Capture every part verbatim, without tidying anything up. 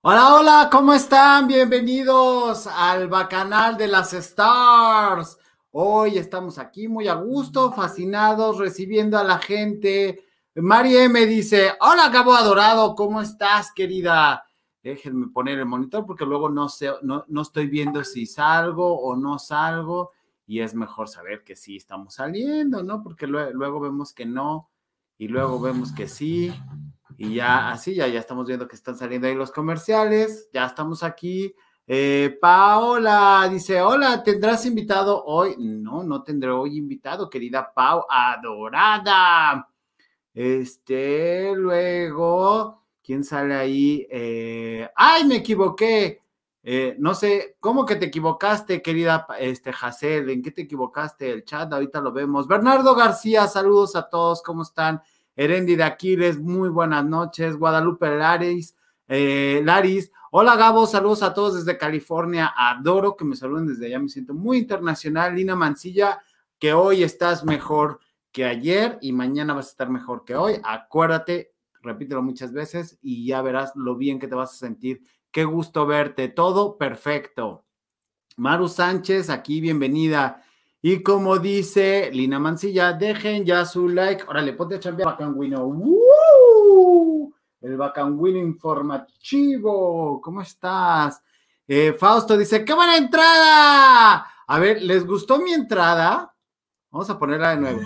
Hola, hola, ¿cómo están? Bienvenidos al Bacanal de las Stars. Hoy estamos aquí muy a gusto, fascinados, recibiendo a la gente. Mari M dice, hola Gabo Adorado, ¿cómo estás, querida? Déjenme poner el monitor porque luego no sé, no, no estoy viendo si salgo o no salgo y es mejor saber que sí estamos saliendo, ¿no? Porque luego, luego vemos que no y luego vemos que sí. Y ya así, ya, ya estamos viendo que están saliendo ahí los comerciales, ya estamos aquí. Eh, Paola dice, hola, ¿tendrás invitado hoy? No, no tendré hoy invitado, querida Pau, adorada. Este, luego, ¿quién sale ahí? Eh, ¡Ay, me equivoqué! Eh, no sé, ¿cómo que te equivocaste, querida este, Jacel? ¿En qué te equivocaste? El chat, ahorita lo vemos. Bernardo García, saludos a todos, ¿cómo están? Erendi de Aquiles, muy buenas noches. Guadalupe Laris, eh, Laris, hola Gabo, saludos a todos desde California. Adoro que me saluden desde allá, me siento muy internacional. Lina Mancilla, que hoy estás mejor que ayer y mañana vas a estar mejor que hoy. Acuérdate, repítelo muchas veces y ya verás lo bien que te vas a sentir. Qué gusto verte, todo perfecto. Maru Sánchez, aquí bienvenida. Y como dice Lina Mancilla, dejen ya su like. Órale, ponte a chambear, Bacanguino. ¡Woo! El Bacanguino informativo. ¿Cómo estás? Eh, Fausto dice, ¡qué buena entrada! A ver, ¿les gustó mi entrada? Vamos a ponerla de nuevo.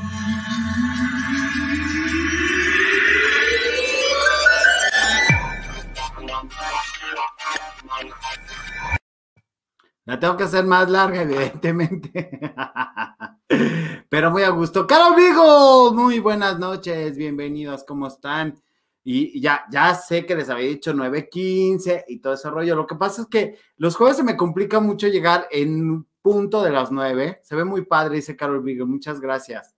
La tengo que hacer más larga, evidentemente. Pero muy a gusto. Carol Vigo, muy buenas noches, bienvenidos, ¿cómo están? Y ya, ya sé que les había dicho nueve quince y todo ese rollo. Lo que pasa es que los jueves se me complica mucho llegar en punto de las nueve. Se ve muy padre, dice Carol Vigo, muchas gracias.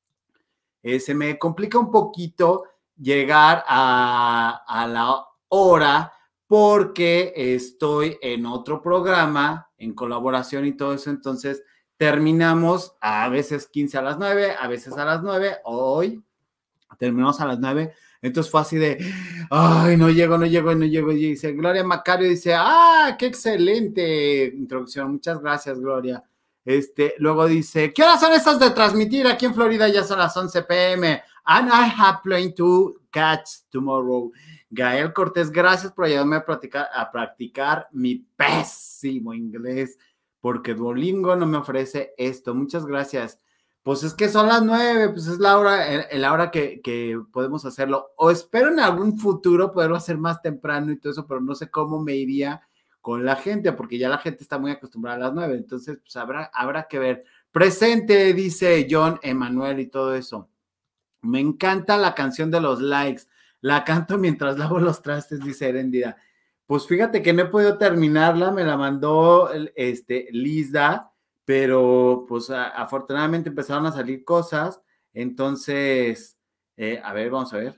Eh, se me complica un poquito llegar a, a la hora porque estoy en otro programa, en colaboración y todo eso, entonces terminamos a veces quince a las nueve, a veces a las nueve, hoy terminamos a las nueve, entonces fue así de, ay, no llego, no llego, no llego, y dice, Gloria Macario dice, ah, qué excelente introducción, muchas gracias, Gloria. Este, luego dice, ¿qué horas son estas de transmitir? Aquí en Florida ya son las once p m and I have plane to catch tomorrow. Gael Cortés, gracias por ayudarme a practicar, a practicar mi pésimo inglés, porque Duolingo no me ofrece esto. Muchas gracias. Pues es que son las nueve, pues es la hora, la hora que, que podemos hacerlo. O espero en algún futuro poderlo hacer más temprano y todo eso, pero no sé cómo me iría con la gente, porque ya la gente está muy acostumbrada a las nueve, entonces pues habrá, habrá que ver. Presente, dice John Emanuel y todo eso. Me encanta la canción de los likes, la canto mientras lavo los trastes, dice Herendida. Pues fíjate que no he podido terminarla, me la mandó este, Lisa, pero pues a, afortunadamente empezaron a salir cosas, entonces, eh, a ver, vamos a ver.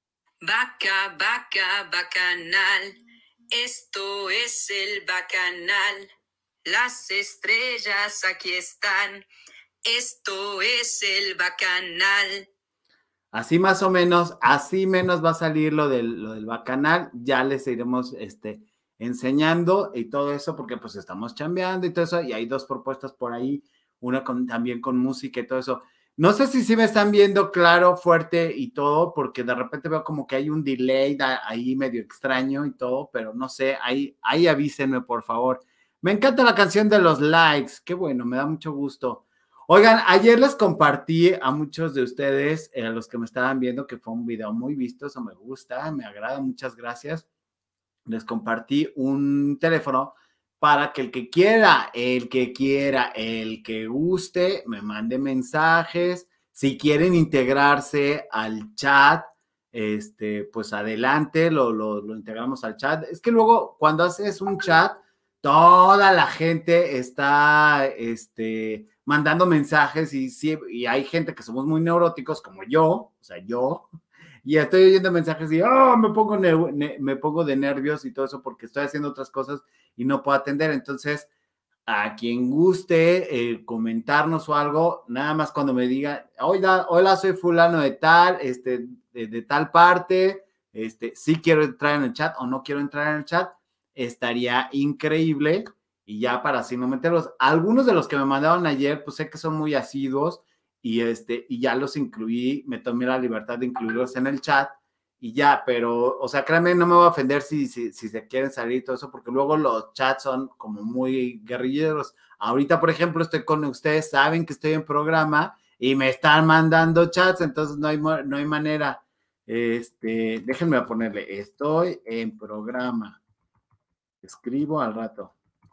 Vaca, vaca, bacanal, esto es el bacanal, las estrellas aquí están, esto es el bacanal. Así más o menos, así menos va a salir lo del, lo del bacanal, ya les iremos este, enseñando y todo eso, porque pues estamos chambeando y todo eso, y hay dos propuestas por ahí, una con, también con música y todo eso. No sé si sí me están viendo claro, fuerte y todo, porque de repente veo como que hay un delay ahí medio extraño y todo, pero no sé, ahí, ahí avísenme por favor. Me encanta la canción de los likes, qué bueno, me da mucho gusto. Oigan, ayer les compartí a muchos de ustedes, eh, a los que me estaban viendo, que fue un video muy visto, eso me gusta, me agrada, muchas gracias. Les compartí un teléfono para que el que quiera, el que quiera, el que guste, me mande mensajes. Si quieren integrarse al chat, este, pues adelante, lo, lo, lo integramos al chat. Es que luego cuando haces un chat, toda la gente está este, mandando mensajes y, sí, y hay gente que somos muy neuróticos como yo, o sea, yo, y estoy oyendo mensajes y oh, me, pongo me pongo de nervios y todo eso porque estoy haciendo otras cosas y no puedo atender. Entonces, a quien guste eh, comentarnos o algo, nada más cuando me diga, hola, hola, soy fulano de tal, este, de, de tal parte, este, sí quiero entrar en el chat o no quiero entrar en el chat, estaría increíble. Y ya para así no meterlos. Algunos de los que me mandaron ayer, pues sé que son muy asiduos y, este, y ya los incluí, me tomé la libertad de incluirlos en el chat y ya, pero, o sea, créanme, no me voy a ofender si, si, si se quieren salir y todo eso, porque luego los chats son como muy guerrilleros. Ahorita, por ejemplo, estoy con ustedes, saben que estoy en programa y me están mandando chats, entonces no hay, no hay manera. Este, déjenme ponerle, estoy en programa. Escribo al rato.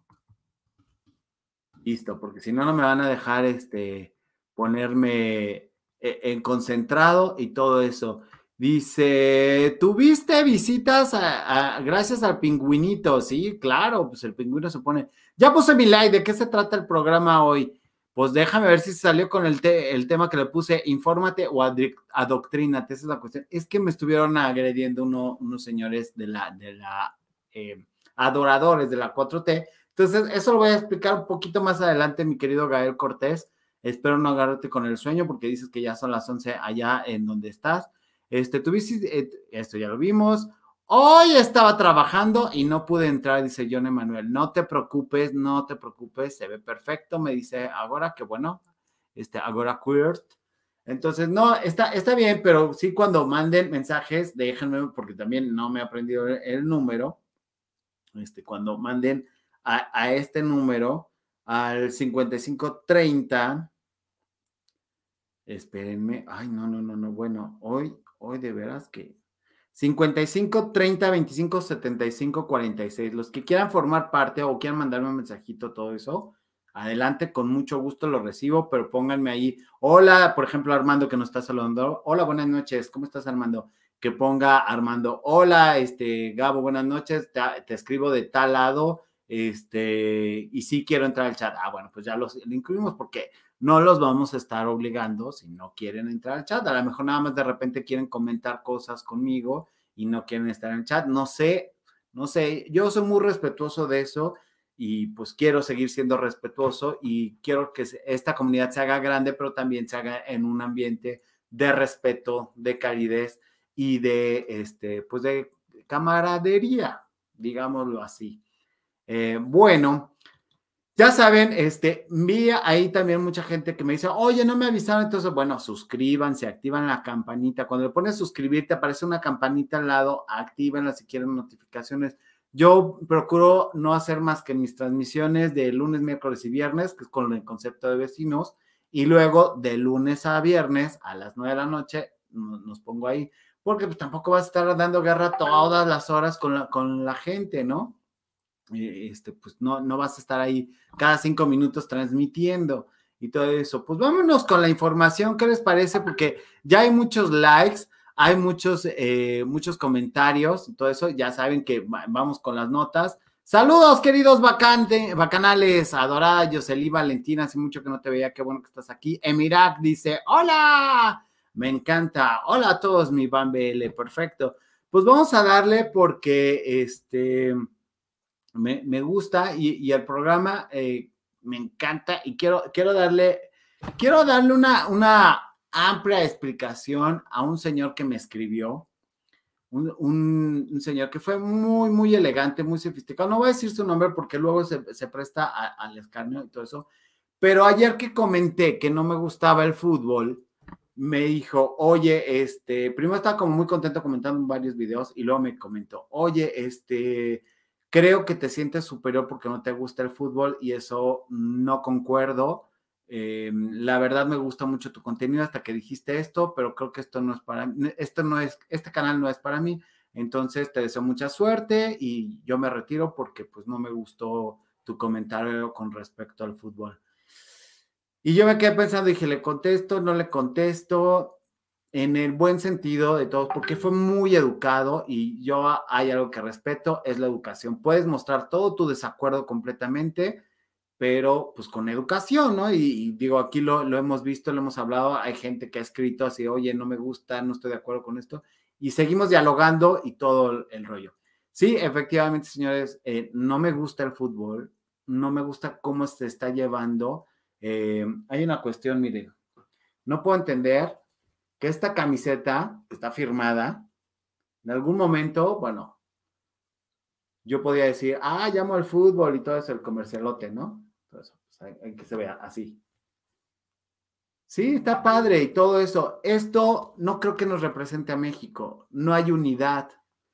Listo, porque si no, no me van a dejar este, ponerme en concentrado y todo eso. Dice, ¿tuviste visitas a, a, gracias al pingüinito? Sí, claro, pues el pingüino se pone. Ya puse mi like, ¿de qué se trata el programa hoy? Pues déjame ver si salió con el, te, el tema que le puse, infórmate o adoctrínate, esa es la cuestión. Es que me estuvieron agrediendo uno, unos señores de la, de la eh, adoradores de la cuatro T. Entonces, eso lo voy a explicar un poquito más adelante, mi querido Gael Cortés. Espero no agarrarte con el sueño porque dices que ya son las once allá en donde estás. Este, tuviste, eh, esto ya lo vimos. Hoy estaba trabajando y no pude entrar, dice John Emanuel. No te preocupes, no te preocupes, se ve perfecto, me dice Agora, que bueno, este, Agora Queer. Entonces, no, está, está bien, pero sí cuando manden mensajes, déjenme, porque también no me he aprendido el, el número. Este, cuando manden a, a este número, al cincuenta y cinco treinta, espérenme, ay, no, no, no, no, bueno, hoy, hoy de veras que cincuenta y cinco treinta veinticinco setenta y cinco cuarenta y seis, los que quieran formar parte o quieran mandarme un mensajito, todo eso, adelante, con mucho gusto lo recibo, pero pónganme ahí, hola, por ejemplo, Armando que nos está saludando, hola, buenas noches, ¿cómo estás, Armando? Que ponga Armando, hola, este, Gabo, buenas noches, te, te escribo de tal lado, este, y sí quiero entrar al chat. Ah, bueno, pues ya los lo incluimos porque no los vamos a estar obligando si no quieren entrar al chat. A lo mejor nada más de repente quieren comentar cosas conmigo y no quieren estar en el chat. No sé, no sé, yo soy muy respetuoso de eso y pues quiero seguir siendo respetuoso y quiero que esta comunidad se haga grande, pero también se haga en un ambiente de respeto, de calidez y de, este, pues de camaradería, digámoslo así. Eh, bueno, ya saben, este, vi ahí también mucha gente que me dice, oye, no me avisaron, entonces, bueno, suscríbanse, activan la campanita. Cuando le pones suscribir, te aparece una campanita al lado, actívenla si quieren notificaciones. Yo procuro no hacer más que mis transmisiones de lunes, miércoles y viernes, que es con el concepto de vecinos, y luego de lunes a viernes a las nueve de la noche nos pongo ahí, porque pues tampoco vas a estar dando guerra todas las horas con la, con la gente, ¿no? Este, pues no, no vas a estar ahí cada cinco minutos transmitiendo y todo eso. Pues vámonos con la información, ¿qué les parece? Porque ya hay muchos likes, hay muchos, eh, muchos comentarios y todo eso, ya saben que vamos con las notas. Saludos, queridos bacante, bacanales, adorada Yoseli Valentina, hace mucho que no te veía, qué bueno que estás aquí. Emirak dice, hola, me encanta, hola a todos, mi Bambele, perfecto. Pues vamos a darle porque, este... Me, me gusta y, y, el programa eh, me encanta y quiero, quiero darle, quiero darle una, una amplia explicación a un señor que me escribió, un, un, un señor que fue muy, muy elegante, muy sofisticado. No voy a decir su nombre porque luego se, se presta a, al escarnio y todo eso, pero ayer que comenté que no me gustaba el fútbol, me dijo, oye, este, primero estaba como muy contento comentando varios videos y luego me comentó, oye, este, creo que te sientes superior porque no te gusta el fútbol y eso no concuerdo. Eh, la verdad me gusta mucho tu contenido hasta que dijiste esto, pero creo que esto no es para mí, esto no es, este canal no es para mí. Entonces te deseo mucha suerte y yo me retiro porque pues no me gustó tu comentario con respecto al fútbol. Y yo me quedé pensando, dije, ¿le contesto? ¿No le contesto? En el buen sentido de todos, porque fue muy educado y yo hay algo que respeto, es la educación. Puedes mostrar todo tu desacuerdo completamente, pero pues con educación, ¿no? Y, y digo, aquí lo, lo hemos visto, lo hemos hablado, hay gente que ha escrito así, oye, no me gusta, no estoy de acuerdo con esto, y seguimos dialogando y todo el, el rollo. Sí, efectivamente, señores, eh, no me gusta el fútbol, no me gusta cómo se está llevando. Eh, hay una cuestión, miren, no puedo entender que esta camiseta está firmada, en algún momento, bueno, yo podía decir, ah, llamo al fútbol y todo eso, el comercialote, ¿no? Todo eso, pues, hay, hay que se vea así. Sí, está padre y todo eso. Esto no creo que nos represente a México. No hay unidad.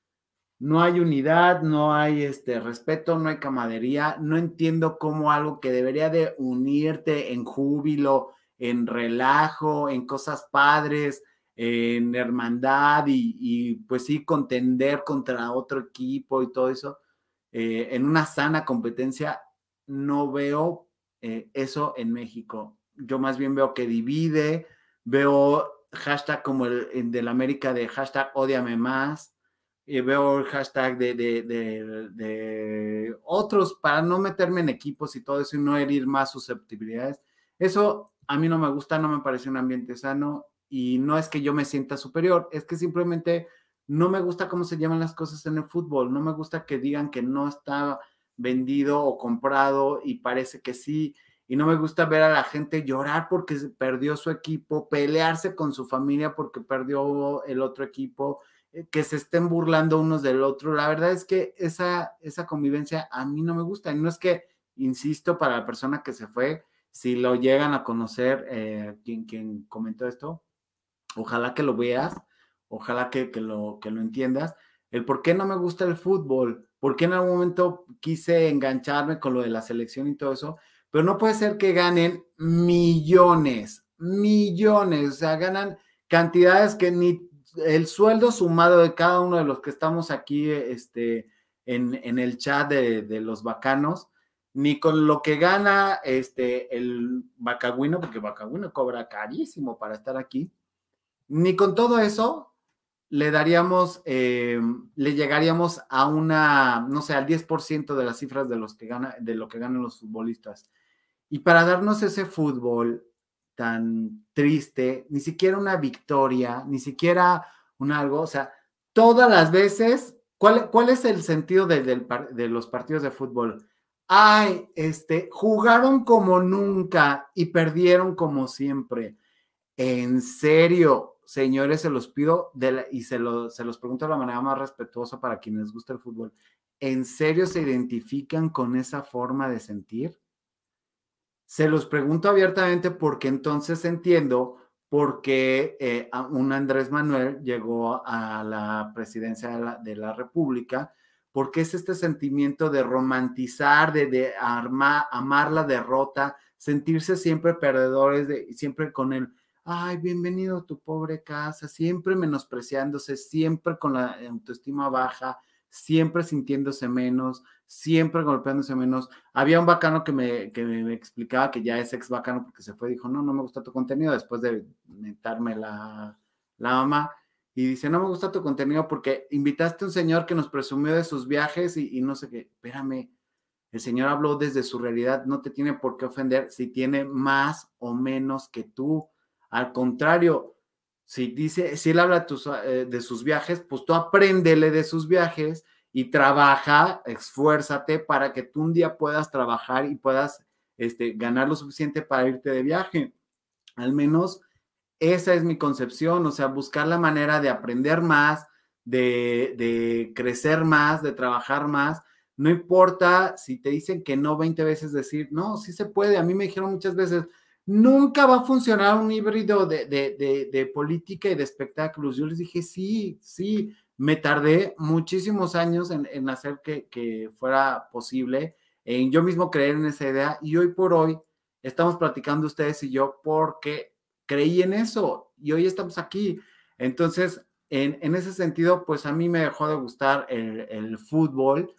No hay unidad, no hay este respeto, no hay camaradería. No entiendo cómo algo que debería de unirte en júbilo, en relajo, en cosas padres, en hermandad y, y pues sí, contender contra otro equipo y todo eso, eh, en una sana competencia, no veo eh, eso en México. Yo más bien veo que divide, veo hashtag como el, el del América de hashtag odiame más, y veo el hashtag de, de, de, de otros para no meterme en equipos y todo eso y no herir más susceptibilidades. Eso a mí no me gusta, no me parece un ambiente sano y no es que yo me sienta superior, es que simplemente no me gusta cómo se llaman las cosas en el fútbol, no me gusta que digan que no está vendido o comprado y parece que sí, y no me gusta ver a la gente llorar porque perdió su equipo, pelearse con su familia porque perdió el otro equipo, que se estén burlando unos del otro. La verdad es que esa, esa convivencia a mí no me gusta, y no es que, insisto, para la persona que se fue, si lo llegan a conocer, eh, quien, quien comentó esto, ojalá que lo veas, ojalá que, que, lo, que lo entiendas, el por qué no me gusta el fútbol, por qué en algún momento quise engancharme con lo de la selección y todo eso, pero no puede ser que ganen millones, millones, o sea, ganan cantidades que ni el sueldo sumado de cada uno de los que estamos aquí este, en, en el chat de, de los bacanos, ni con lo que gana este, el Bacagüino, porque Bacagüino cobra carísimo para estar aquí, ni con todo eso le daríamos, eh, le llegaríamos a una, no sé, al diez por ciento de las cifras de, los que gana, de lo que ganan los futbolistas. Y para darnos ese fútbol tan triste, ni siquiera una victoria, ni siquiera un algo, o sea, todas las veces, ¿cuál, cuál es el sentido de, de, de los partidos de fútbol? Ay, este, jugaron como nunca y perdieron como siempre. En serio, señores, se los pido de la, y se, lo, se los pregunto de la manera más respetuosa para quienes les gusta el fútbol. ¿En serio se identifican con esa forma de sentir? Se los pregunto abiertamente porque entonces entiendo por qué eh, un Andrés Manuel llegó a la presidencia de la, de la República, porque es este sentimiento de romantizar, de, de armar, amar la derrota, sentirse siempre perdedores, de, siempre con el, ay, bienvenido a tu pobre casa, siempre menospreciándose, siempre con la autoestima baja, siempre sintiéndose menos, siempre golpeándose menos. Había un bacano que me, que me explicaba que ya es ex bacano porque se fue, dijo, no, no me gusta tu contenido, después de mentarme la, la mamá, y dice, no me gusta tu contenido porque invitaste a un señor que nos presumió de sus viajes y, y no sé qué, espérame, el señor habló desde su realidad, no te tiene por qué ofender si tiene más o menos que tú, al contrario, si dice, si él habla tus, eh, de sus viajes, pues tú apréndele de sus viajes y trabaja, esfuérzate para que tú un día puedas trabajar y puedas este, ganar lo suficiente para irte de viaje. Al menos esa es mi concepción, o sea, buscar la manera de aprender más, de, de crecer más, de trabajar más. No importa si te dicen que no veinte veces, decir, no, sí se puede. A mí me dijeron muchas veces, nunca va a funcionar un híbrido de, de, de, de política y de espectáculos. Yo les dije, sí, sí, me tardé muchísimos años en, en hacer que, que fuera posible, en yo mismo creer en esa idea, y hoy por hoy estamos platicando ustedes y yo porque creí en eso y hoy estamos aquí. Entonces, en, en ese sentido, pues a mí me dejó de gustar el, el fútbol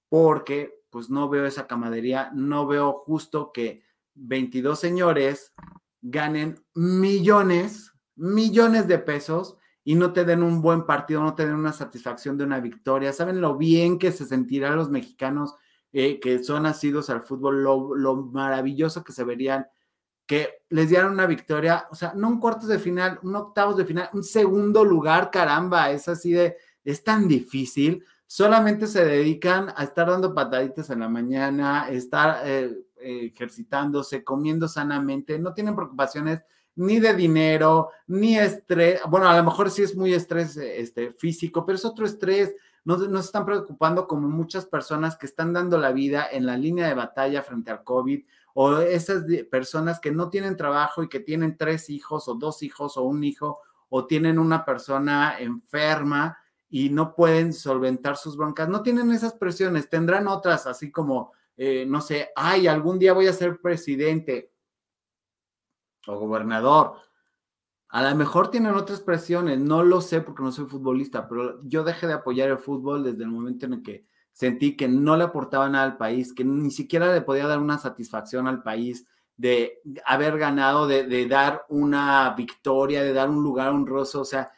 porque pues no veo esa camaradería, no veo justo que veintidós señores ganen millones, millones de pesos y no te den un buen partido, no te den una satisfacción de una victoria. ¿Saben lo bien que se sentirán los mexicanos eh, que son nacidos al fútbol, lo, lo maravilloso que se verían que les dieran una victoria, o sea, no un cuartos de final, un octavos de final, un segundo lugar, caramba, es así de, es tan difícil, solamente se dedican a estar dando pataditas en la mañana, estar eh, eh, ejercitándose, comiendo sanamente, no tienen preocupaciones ni de dinero, ni estrés, bueno, a lo mejor sí es muy estrés este, físico, pero es otro estrés, no, no se están preocupando como muchas personas que están dando la vida en la línea de batalla frente al COVID, o esas personas que no tienen trabajo y que tienen tres hijos o dos hijos o un hijo, o tienen una persona enferma y no pueden solventar sus broncas, no tienen esas presiones, tendrán otras, así como, eh, no sé, ay, algún día voy a ser presidente o gobernador. A lo mejor tienen otras presiones, no lo sé porque no soy futbolista, pero yo dejé de apoyar el fútbol desde el momento en el que sentí que no le aportaba nada al país, que ni siquiera le podía dar una satisfacción al país de haber ganado, de, de dar una victoria, de dar un lugar honroso. O sea,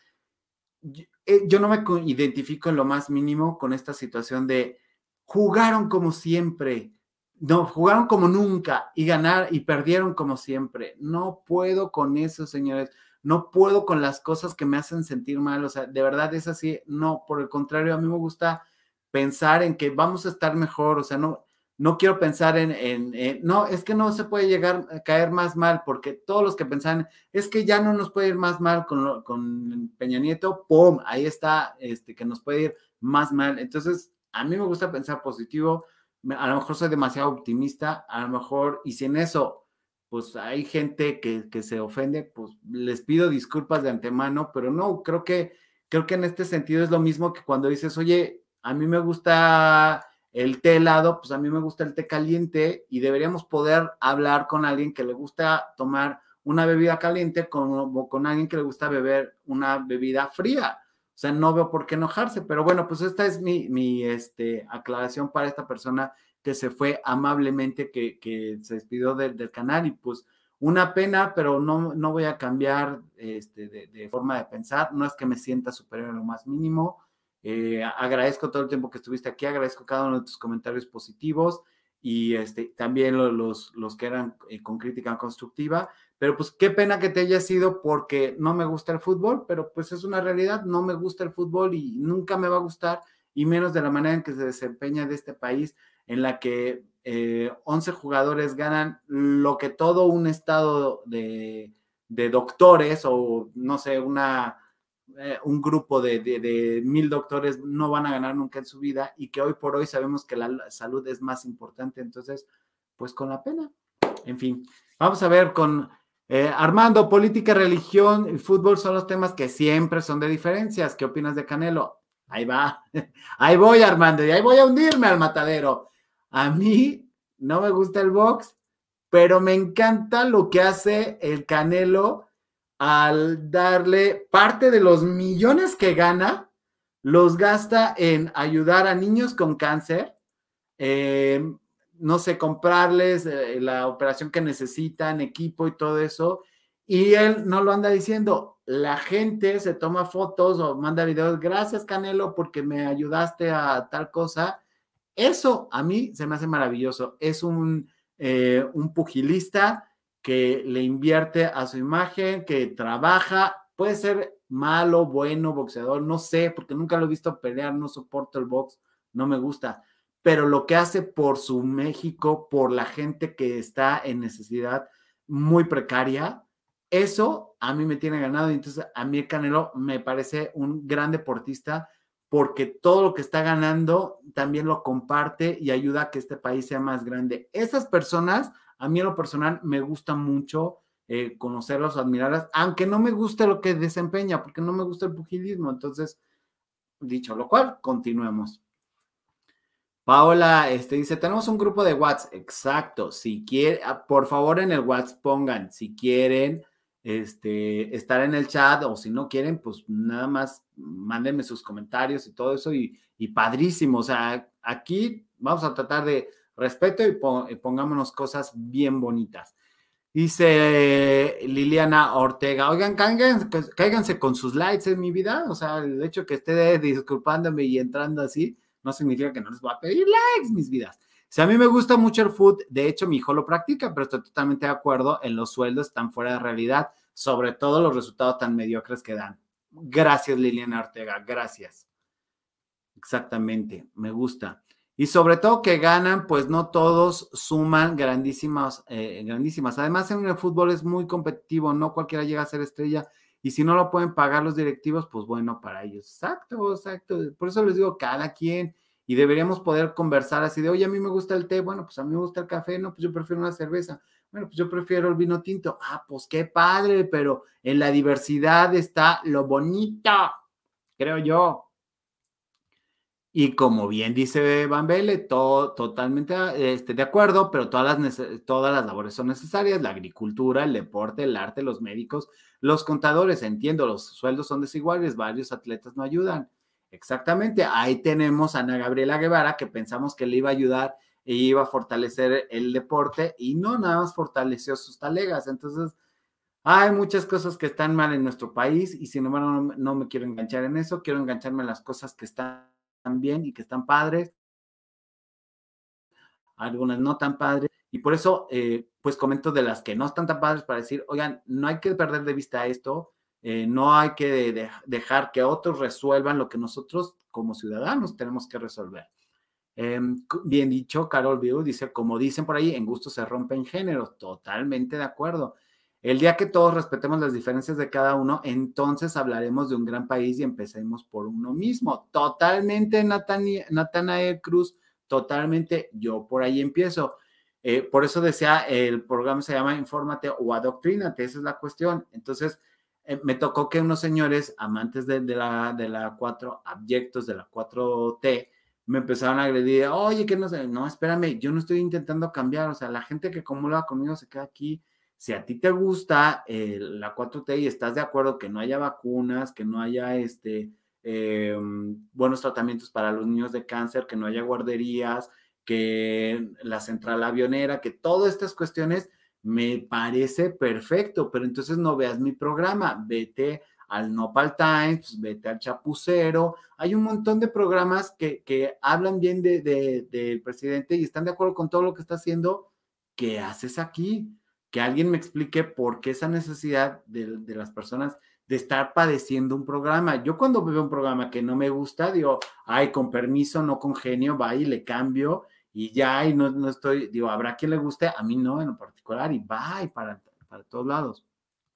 yo, yo no me identifico en lo más mínimo con esta situación de jugaron como siempre, no, jugaron como nunca y ganar y perdieron como siempre. No puedo con eso, señores. No puedo con las cosas que me hacen sentir mal. O sea, de verdad es así. No, por el contrario, a mí me gusta pensar en que vamos a estar mejor. O sea, no, no quiero pensar en, en, en, no, es que no se puede llegar a caer más mal, porque todos los que pensaban, es que ya no nos puede ir más mal con, con Peña Nieto, ¡pum! Ahí está, este, que nos puede ir más mal. Entonces, a mí me gusta pensar positivo. A lo mejor soy demasiado optimista, a lo mejor, y si en eso pues hay gente que, que se ofende, pues les pido disculpas de antemano, pero no, creo que, creo que en este sentido es lo mismo que cuando dices, oye, a mí me gusta el té helado, pues a mí me gusta el té caliente, y deberíamos poder hablar con alguien que le gusta tomar una bebida caliente como con alguien que le gusta beber una bebida fría. O sea, no veo por qué enojarse, pero bueno, pues esta es mi, mi este, aclaración para esta persona que se fue amablemente, que, que se despidió de, del canal, y pues una pena, pero no, no voy a cambiar este, de, de forma de pensar. No es que me sienta superior en lo más mínimo. Eh, agradezco todo el tiempo que estuviste aquí, agradezco cada uno de tus comentarios positivos, y este, también los, los, los que eran eh, con crítica constructiva, pero pues qué pena que te hayas ido porque no me gusta el fútbol, pero pues es una realidad, no me gusta el fútbol y nunca me va a gustar, y menos de la manera en que se desempeña de este país, en la que eh, once jugadores ganan lo que todo un estado de, de doctores, o no sé, una, eh, un grupo de, de, de mil doctores no van a ganar nunca en su vida, y que hoy por hoy sabemos que la salud es más importante. Entonces, pues con la pena. En fin, vamos a ver con eh, Armando. Política, religión y fútbol son los temas que siempre son de diferencias. ¿Qué opinas de Canelo? Ahí va, ahí voy, Armando, y ahí voy a hundirme al matadero. A mí no me gusta el box, pero me encanta lo que hace el Canelo al darle parte de los millones que gana, los gasta en ayudar a niños con cáncer, eh, no sé, comprarles eh, la operación que necesitan, equipo y todo eso, y él no lo anda diciendo. La gente se toma fotos o manda videos, gracias Canelo porque me ayudaste a tal cosa. Eso a mí se me hace maravilloso. Es un, eh, un pugilista que le invierte a su imagen, que trabaja, puede ser malo, bueno, boxeador, no sé, porque nunca lo he visto pelear, no soporto el box, no me gusta, pero lo que hace por su México, por la gente que está en necesidad muy precaria, eso a mí me tiene ganado. Y entonces a mí el Canelo me parece un gran deportista, porque todo lo que está ganando también lo comparte y ayuda a que este país sea más grande. Esas personas, a mí en lo personal, me gusta mucho eh, conocerlas o admirarlas, aunque no me guste lo que desempeña, porque no me gusta el pugilismo. Entonces, dicho lo cual, continuemos. Paola este, dice, tenemos un grupo de WhatsApp. Exacto. Si quieren, por favor, en el WhatsApp pongan, si quieren este, estar en el chat, o si no quieren, pues nada más mándenme sus comentarios y todo eso, y, y padrísimo. O sea, aquí vamos a tratar de respeto y, pon, y pongámonos cosas bien bonitas. Dice Liliana Ortega, oigan, cáiganse, cáiganse con sus likes en mi vida. O sea, el hecho que esté disculpándome y entrando así no significa que no les voy a pedir likes, mis vidas. Si a mí me gusta mucho el food, de hecho mi hijo lo practica, pero estoy totalmente de acuerdo en los sueldos están fuera de realidad, sobre todo los resultados tan mediocres que dan. Gracias, Liliana Ortega, gracias. Exactamente, me gusta. Y sobre todo que ganan, pues no todos suman grandísimas, eh, grandísimas. Además, en el fútbol es muy competitivo, no cualquiera llega a ser estrella, y si no lo pueden pagar los directivos, pues bueno, para ellos. Exacto, exacto. Por eso les digo, cada quien, y deberíamos poder conversar así de, oye, a mí me gusta el té, bueno, pues a mí me gusta el café, no, pues yo prefiero una cerveza, bueno, pues yo prefiero el vino tinto, ah, pues qué padre, pero en la diversidad está lo bonito, creo yo. Y como bien dice Van Vele, todo, totalmente este, de acuerdo, pero todas las, todas las labores son necesarias, la agricultura, el deporte, el arte, los médicos, los contadores, entiendo, los sueldos son desiguales, varios atletas no ayudan. Exactamente, ahí tenemos a Ana Gabriela Guevara, que pensamos que le iba a ayudar e iba a fortalecer el deporte, y no, nada más fortaleció sus talegas. Entonces, hay muchas cosas que están mal en nuestro país, y sin embargo no, no me quiero enganchar en eso, quiero engancharme en las cosas que están bien y que están padres, algunas no tan padres, y por eso eh, pues comento de las que no están tan padres para decir, oigan, no hay que perder de vista esto, eh, no hay que de, de, dejar que otros resuelvan lo que nosotros como ciudadanos tenemos que resolver. Eh, bien dicho, Carol View dice, como dicen por ahí, en gusto se rompen géneros, totalmente de acuerdo. El día que todos respetemos las diferencias de cada uno, entonces hablaremos de un gran país y empecemos por uno mismo. Totalmente, Natani, Natanael Cruz, totalmente, yo por ahí empiezo. Eh, por eso decía, el programa se llama Infórmate o Adoctrínate, esa es la cuestión. Entonces, eh, me tocó que unos señores amantes de, de la de la cuatro, abyectos de la cuatro T, me empezaron a agredir, oye, que no sé, no, espérame, yo no estoy intentando cambiar, o sea, la gente que acumula conmigo se queda aquí. Si a ti te gusta eh, la cuatro T y estás de acuerdo que no haya vacunas, que no haya este, eh, buenos tratamientos para los niños de cáncer, que no haya guarderías, que la central avionera, que todas estas cuestiones, me parece perfecto, pero entonces no veas mi programa, vete al Nopal Times, pues vete al Chapucero, hay un montón de programas que, que hablan bien del de, de presidente y están de acuerdo con todo lo que está haciendo. ¿Qué haces aquí? Que alguien me explique por qué esa necesidad de, de las personas de estar padeciendo un programa. Yo cuando veo un programa que no me gusta, digo, ay, con permiso, no congenio, va y le cambio y ya, y no, no estoy, digo, habrá quien le guste, a mí no en lo particular, y va, y para, para todos lados.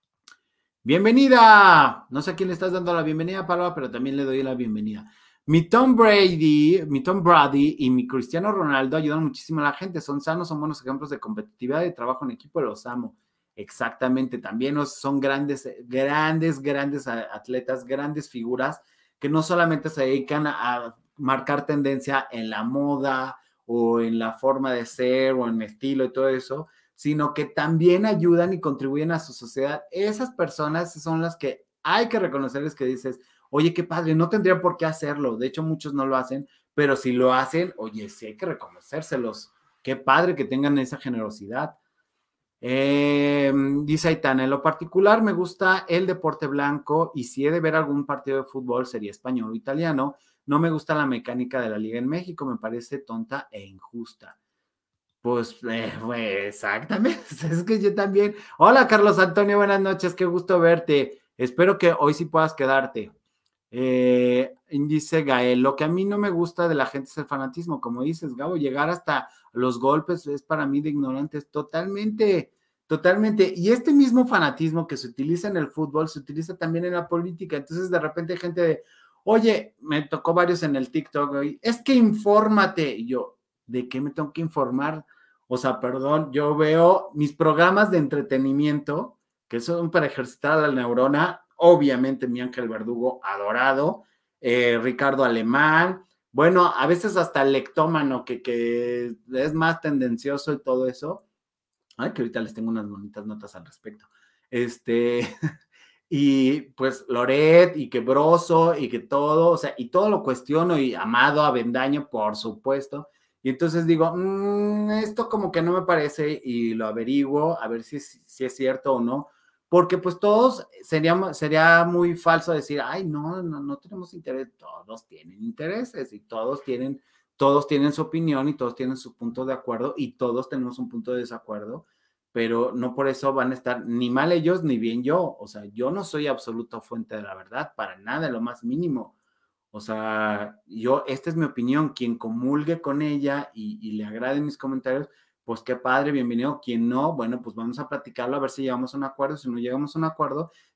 Bienvenida. No sé a quién le estás dando la bienvenida, Paloma, pero también le doy la bienvenida. Mi Tom Brady, mi Tom Brady y mi Cristiano Ronaldo ayudan muchísimo a la gente. Son sanos, son buenos ejemplos de competitividad y trabajo en equipo, los amo. Exactamente, también son grandes, grandes, grandes atletas, grandes figuras que no solamente se dedican a marcar tendencia en la moda o en la forma de ser o en el estilo y todo eso, sino que también ayudan y contribuyen a su sociedad. Esas personas son las que hay que reconocerles, que dices, oye, qué padre, no tendría por qué hacerlo. De hecho, muchos no lo hacen, pero si lo hacen, oye, sí hay que reconocérselos. Qué padre que tengan esa generosidad. Eh, dice Aitana, en lo particular me gusta el deporte blanco y si he de ver algún partido de fútbol sería español o italiano. No me gusta la mecánica de la liga en México, me parece tonta e injusta. Pues, eh, pues, exactamente, es que yo también. Hola, Carlos Antonio, buenas noches, qué gusto verte. Espero que hoy sí puedas quedarte. Eh, dice Gael, lo que a mí no me gusta de la gente es el fanatismo, como dices, Gabo, llegar hasta los golpes es para mí de ignorantes, totalmente, totalmente. Y este mismo fanatismo que se utiliza en el fútbol, se utiliza también en la política. Entonces, de repente hay gente de, oye, me tocó varios en el TikTok, es que infórmate. Y yo, ¿de qué me tengo que informar? O sea, perdón, yo veo mis programas de entretenimiento, que son para ejercitar la neurona, obviamente mi Ángel Verdugo adorado, eh, Ricardo Alemán, bueno, a veces hasta el lectómano, que, que es más tendencioso y todo eso. Ay, que ahorita les tengo unas bonitas notas al respecto. Este, y pues Loret y que Broso y que todo, o sea, y todo lo cuestiono, y Amado Avendaño, por supuesto. Y entonces digo, mmm, esto como que no me parece, y lo averiguo a ver si, si es cierto o no, porque pues todos, sería, sería muy falso decir, ay, no, no, no tenemos interés. Todos tienen intereses y todos tienen, todos tienen su opinión y todos tienen su punto de acuerdo y todos tenemos un punto de desacuerdo, pero no por eso van a estar ni mal ellos ni bien yo. O sea, yo no soy absoluta fuente de la verdad, para nada, lo más mínimo. O sea, yo, esta es mi opinión, quien comulgue con ella y, y le agraden mis comentarios, pues qué padre, bienvenido. Quien no, bueno, pues vamos a platicarlo a ver si llegamos a un acuerdo. Si no llegamos a un acuerdo,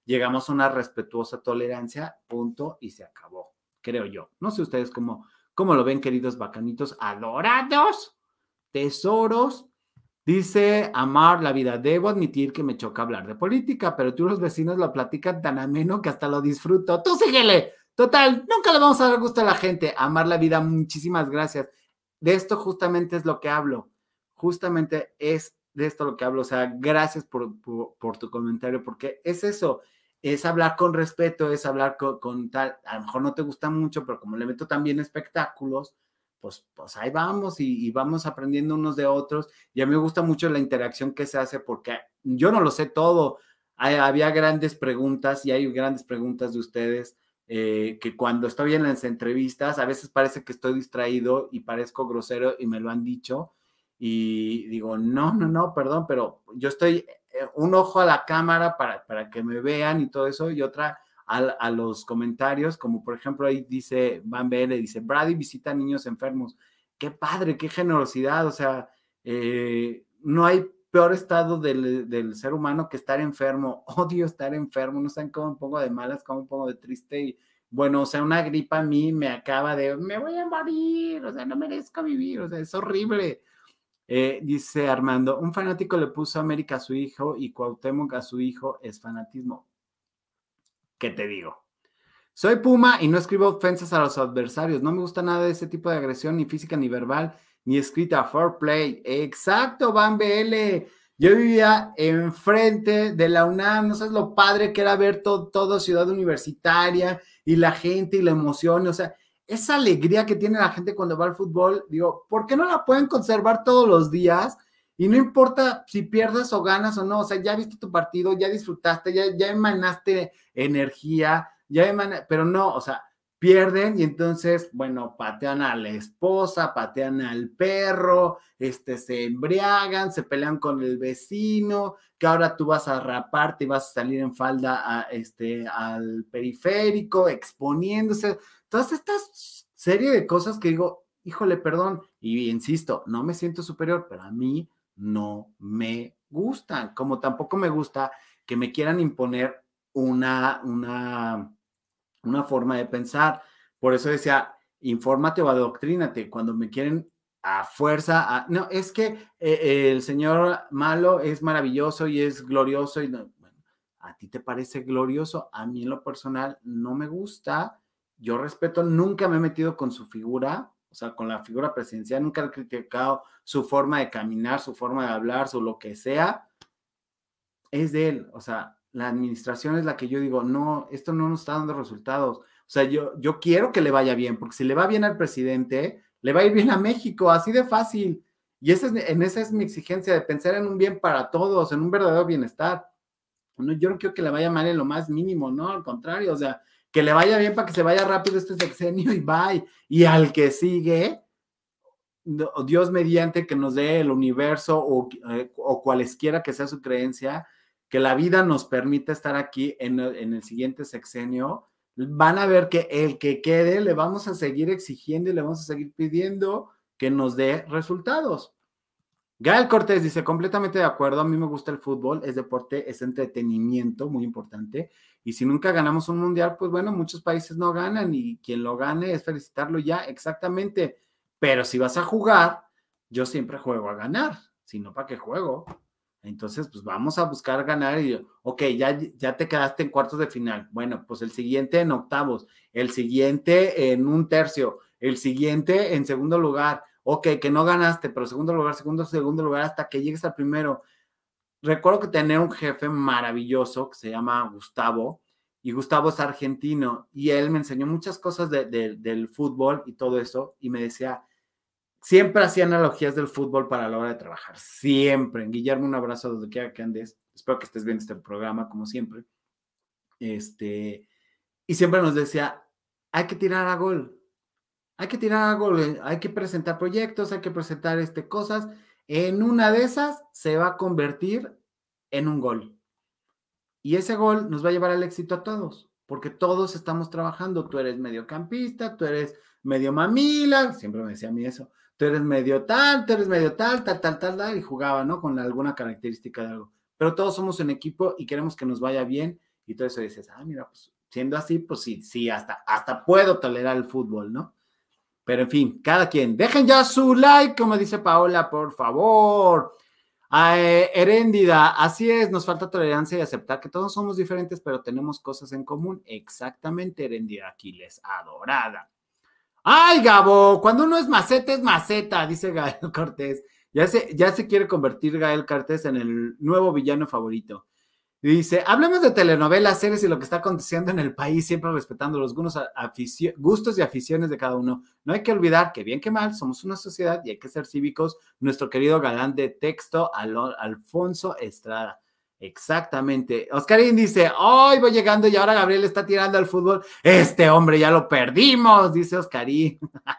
llegamos a una respetuosa tolerancia, punto, y se acabó, creo yo. No sé ustedes cómo, cómo lo ven, queridos bacanitos adorados, tesoros. Dice Amar la vida, debo admitir que me choca hablar de política, pero tú los vecinos lo platican tan ameno que hasta lo disfruto. Tú síguele. Total, nunca le vamos a dar gusto a la gente. Amar la vida, muchísimas gracias. De esto justamente es lo que hablo. Justamente es de esto lo que hablo. O sea, gracias por, por, por tu comentario, porque es eso. Es hablar con respeto, es hablar con, con tal. A lo mejor no te gusta mucho, pero como le meto también espectáculos, pues, pues ahí vamos y, y vamos aprendiendo unos de otros. Y a mí me gusta mucho la interacción que se hace porque yo no lo sé todo. Hay, había grandes preguntas y hay grandes preguntas de ustedes eh, que cuando estoy en las entrevistas a veces parece que estoy distraído y parezco grosero y me lo han dicho y digo, no, no, no, perdón, pero yo estoy eh, un ojo a la cámara para, para que me vean y todo eso y otra a, a los comentarios, como por ejemplo ahí dice Van Bele, dice, Brady visita niños enfermos. Qué padre, qué generosidad, o sea, eh, no hay peor estado del, del, ser humano que estar enfermo. Odio estar enfermo, no saben cómo me pongo de malas, cómo me pongo de triste y bueno, o sea, una gripa a mí me acaba de, me voy a morir, o sea, no merezco vivir, o sea, es horrible. Eh, dice Armando, un fanático le puso América a su hijo y Cuauhtémoc a su hijo, es fanatismo. ¿Qué te digo? Soy Puma y no escribo ofensas a los adversarios. No me gusta nada de ese tipo de agresión, ni física, ni verbal, ni escrita. Fair play. Exacto, Van B L. Yo vivía enfrente de la UNAM. No sabes lo padre que era ver todo, todo Ciudad Universitaria y la gente y la emoción. O sea, esa alegría que tiene la gente cuando va al fútbol, digo, ¿por qué no la pueden conservar todos los días? Y no importa si pierdes o ganas o no. O sea, ya viste tu partido, ya disfrutaste, ya, ya emanaste energía. Ya emana, pero no, o sea, pierden y entonces, bueno, patean a la esposa, patean al perro, este, se embriagan, se pelean con el vecino, que ahora tú vas a raparte y vas a salir en falda a, este, al periférico, exponiéndose, todas estas serie de cosas que digo, híjole, perdón, y insisto, no me siento superior, pero a mí no me gustan, como tampoco me gusta que me quieran imponer una, una, una forma de pensar. Por eso decía, infórmate o adoctrínate. Cuando me quieren a fuerza, a, no, es que eh, el señor malo es maravilloso y es glorioso. Y no, bueno, a ti te parece glorioso, a mí en lo personal no me gusta. Yo respeto, nunca me he metido con su figura, o sea, con la figura presidencial, nunca he criticado su forma de caminar, su forma de hablar, su lo que sea. Es de él, o sea, la administración es la que yo digo, no, esto no nos está dando resultados. O sea, yo, yo quiero que le vaya bien, porque si le va bien al presidente, le va a ir bien a México, así de fácil. Y esa es, en esa es mi exigencia, de pensar en un bien para todos, en un verdadero bienestar. No, yo no quiero que le vaya mal en lo más mínimo, no, al contrario, o sea, que le vaya bien para que se vaya rápido este sexenio y bye. Y al que sigue, Dios mediante que nos dé el universo o, eh, o cualesquiera que sea su creencia, que la vida nos permita estar aquí en, en el siguiente sexenio, van a ver que el que quede le vamos a seguir exigiendo y le vamos a seguir pidiendo que nos dé resultados. Gael Cortés dice, completamente de acuerdo, a mí me gusta el fútbol, es deporte, es entretenimiento, muy importante, y si nunca ganamos un mundial, pues bueno, muchos países no ganan y quien lo gane es felicitarlo ya, exactamente, pero si vas a jugar, yo siempre juego a ganar, si no, ¿para qué juego? Entonces, pues vamos a buscar ganar y, ok, ya, ya te quedaste en cuartos de final, bueno, pues el siguiente en octavos, el siguiente en un tercio, el siguiente en segundo lugar, ok, que no ganaste, pero segundo lugar, segundo, segundo lugar, hasta que llegues al primero. Recuerdo que tenía un jefe maravilloso que se llama Gustavo, y Gustavo es argentino, y él me enseñó muchas cosas de, de, del fútbol y todo eso, y me decía, siempre hacía analogías del fútbol para la hora de trabajar, siempre. Guillermo, un abrazo donde quiera que andes, espero que estés viendo este programa, como siempre. Este, y siempre nos decía, hay que tirar a gol, hay que tirar a gol, hay que presentar proyectos, hay que presentar este, cosas, en una de esas se va a convertir en un gol. Y ese gol nos va a llevar al éxito a todos, porque todos estamos trabajando. Tú eres mediocampista, tú eres medio mamila, siempre me decía a mí eso, tú eres medio tal, tú eres medio tal, tal, tal, tal, tal, y jugaba, ¿no? Con alguna característica de algo. Pero todos somos un equipo y queremos que nos vaya bien y todo eso, y dices, ah, mira, pues siendo así, pues sí, sí, hasta, hasta puedo tolerar el fútbol, ¿no? Pero en fin, cada quien. Dejen ya su like, como dice Paola, por favor. Ah, eh, Heréndida, así es, nos falta tolerancia y aceptar que todos somos diferentes, pero tenemos cosas en común. Exactamente, Heréndida Aquiles, adorada. Ay, Gabo, cuando uno es maceta, es maceta, dice Gael Cortés. Ya se, ya se quiere convertir Gael Cortés en el nuevo villano favorito. Dice, hablemos de telenovelas, series y lo que está aconteciendo en el país, siempre respetando los gustos y aficiones de cada uno. No hay que olvidar que bien que mal somos una sociedad y hay que ser cívicos. Nuestro querido galán de texto, Al Alfonso Estrada. Exactamente. Oscarín dice, hoy voy llegando y ahora Gabriel está tirando al fútbol. Este hombre ya lo perdimos, dice Oscarín.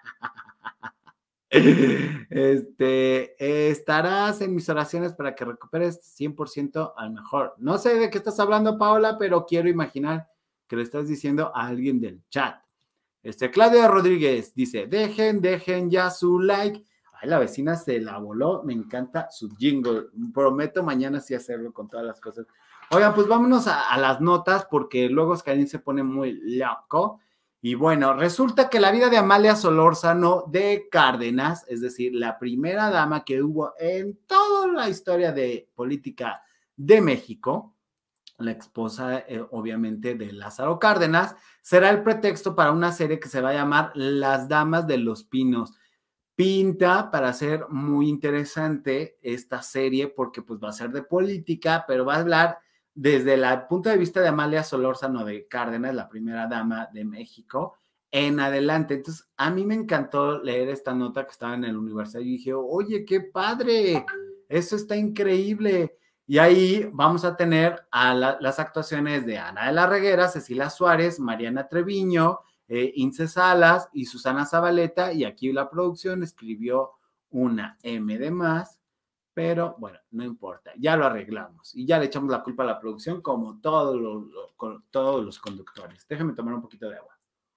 Este, eh, estarás en mis oraciones para que recuperes cien por ciento al mejor. No sé de qué estás hablando, Paola, pero quiero imaginar que le estás diciendo a alguien del chat. Este, Claudia Rodríguez dice, dejen, dejen ya su like. Ay, la vecina se la voló, me encanta su jingle. Prometo mañana sí hacerlo con todas las cosas. Oigan, pues vámonos a, a las notas porque luego Oscarín se pone muy loco. Y bueno, resulta que la vida de Amalia Solórzano de Cárdenas, es decir, la primera dama que hubo en toda la historia de política de México, la esposa, eh, obviamente, de Lázaro Cárdenas, será el pretexto para una serie que se va a llamar Las Damas de los Pinos. Pinta para ser muy interesante esta serie porque pues va a ser de política, pero va a hablar desde el punto de vista de Amalia Solórzano de Cárdenas, la primera dama de México, en adelante. Entonces, a mí me encantó leer esta nota que estaba en el Universal y dije, oye, qué padre, eso está increíble. Y ahí vamos a tener a la, las actuaciones de Ana de la Reguera, Cecilia Suárez, Mariana Treviño, eh, Ince Salas y Susana Zabaleta, y aquí la producción escribió una M de más, pero bueno, no importa, ya lo arreglamos y ya le echamos la culpa a la producción como todos los, los, todos los conductores. Déjenme tomar un poquito de agua.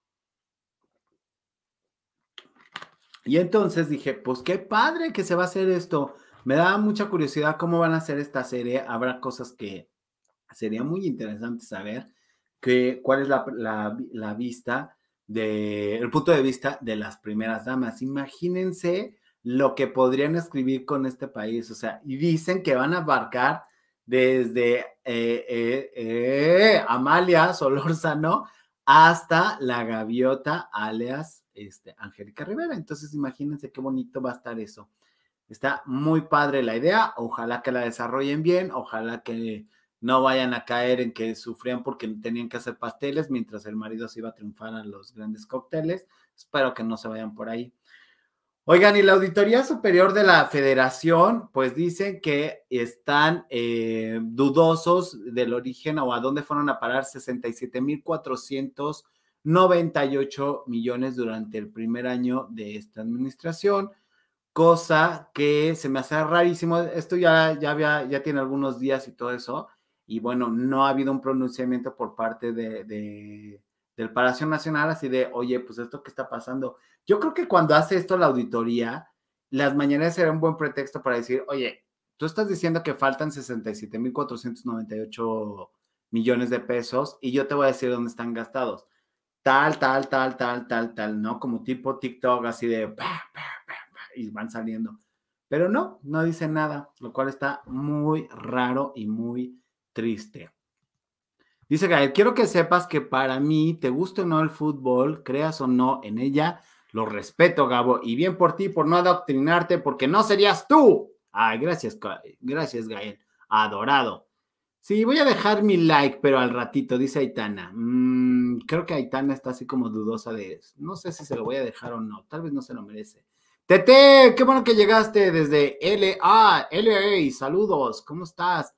Y entonces dije, pues qué padre que se va a hacer esto. Me da mucha curiosidad cómo van a hacer esta serie. Habrá cosas que sería muy interesante saber que, cuál es la, la, la vista, de, el punto de vista de las primeras damas. Imagínense lo que podrían escribir con este país. O sea, y dicen que van a abarcar desde eh, eh, eh, Amalia Solórzano hasta la gaviota, alias este, Angélica Rivera. Entonces, imagínense qué bonito va a estar eso. Está muy padre la idea. Ojalá que la desarrollen bien. Ojalá que no vayan a caer en que sufrían porque tenían que hacer pasteles mientras el marido se iba a triunfar a los grandes cócteles. Espero que no se vayan por ahí. Oigan, y la Auditoría Superior de la Federación, pues dicen que están eh, dudosos del origen o a dónde fueron a parar sesenta y siete mil cuatrocientos noventa y ocho millones durante el primer año de esta administración, cosa que se me hace rarísimo. Esto ya, ya, había, ya tiene algunos días y todo eso, y bueno, no ha habido un pronunciamiento por parte de, de, del Palacio Nacional así de, oye, pues esto que está pasando. Yo creo que cuando hace esto la auditoría, las mañaneras será un buen pretexto para decir, oye, tú estás diciendo que faltan sesenta y siete mil cuatrocientos noventa y ocho millones de pesos y yo te voy a decir dónde están gastados. Tal, tal, tal, tal, tal, tal, ¿no? Como tipo TikTok, así de, bah, bah, bah, bah, y van saliendo. Pero no, no dicen nada, lo cual está muy raro y muy triste. Dice Gael, quiero que sepas que para mí, te guste o no el fútbol, creas o no en ella, lo respeto, Gabo, y bien por ti, por no adoctrinarte, porque no serías tú. Ay, gracias, gracias, Gael, adorado. Sí, voy a dejar mi like, pero al ratito, dice Aitana. Mm, creo que Aitana está así como dudosa de eso. No sé si se lo voy a dejar o no, tal vez no se lo merece. Tete, qué bueno que llegaste desde L A, L A, saludos, ¿cómo estás?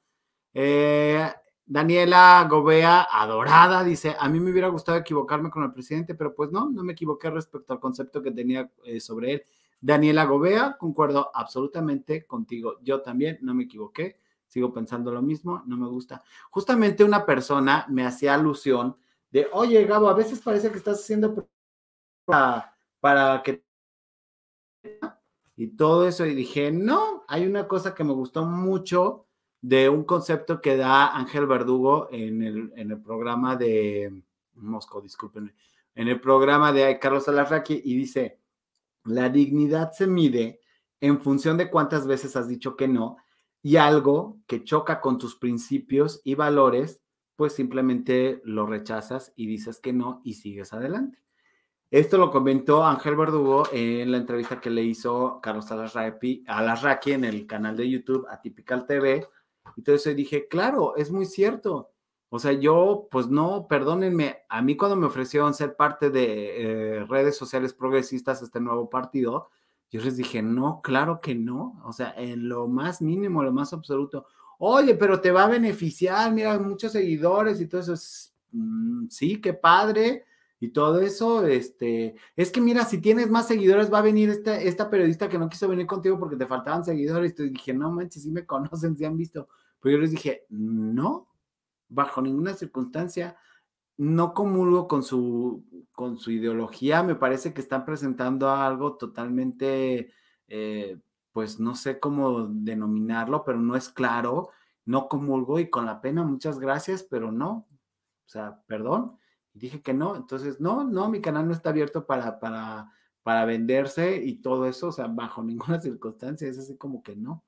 Eh, Daniela Gobea, adorada, dice, a mí me hubiera gustado equivocarme con el presidente, pero pues no, no me equivoqué respecto al concepto que tenía eh, sobre él. Daniela Gobea, concuerdo absolutamente contigo, yo también no me equivoqué, sigo pensando lo mismo, no me gusta. Justamente una persona me hacía alusión de, oye, Gabo, a veces parece que estás haciendo para, para que... y todo eso, y dije, no, hay una cosa que me gustó mucho de un concepto que da Ángel Verdugo en el, en el programa de Mosco, discúlpenme, en el programa de Carlos Alarraqui, y dice, la dignidad se mide en función de cuántas veces has dicho que no, y algo que choca con tus principios y valores, pues simplemente lo rechazas y dices que no y sigues adelante. Esto lo comentó Ángel Verdugo en la entrevista que le hizo Carlos Alarraqui, Alarraqui en el canal de YouTube Atypical T V. Entonces dije, claro, es muy cierto. O sea, yo, pues no, perdónenme, a mí cuando me ofrecieron ser parte de eh, redes sociales progresistas, este nuevo partido, yo les dije, no, claro que no. O sea, en lo más mínimo, lo más absoluto. Oye, pero te va a beneficiar, mira, muchos seguidores y todo eso. Mm, sí, qué padre y todo eso, este, es que mira, si tienes más seguidores, va a venir esta, esta periodista que no quiso venir contigo porque te faltaban seguidores. Entonces dije, no manches, sí me conocen, sí han visto. Pero yo les dije, no, bajo ninguna circunstancia, no comulgo con su, con su ideología. Me parece que están presentando algo totalmente, eh, pues no sé cómo denominarlo, pero no es claro. No comulgo y con la pena, muchas gracias, pero no, o sea, perdón, y dije que no, entonces, no, no, mi canal no está abierto para, para, para venderse y todo eso, o sea, bajo ninguna circunstancia, es así como que no.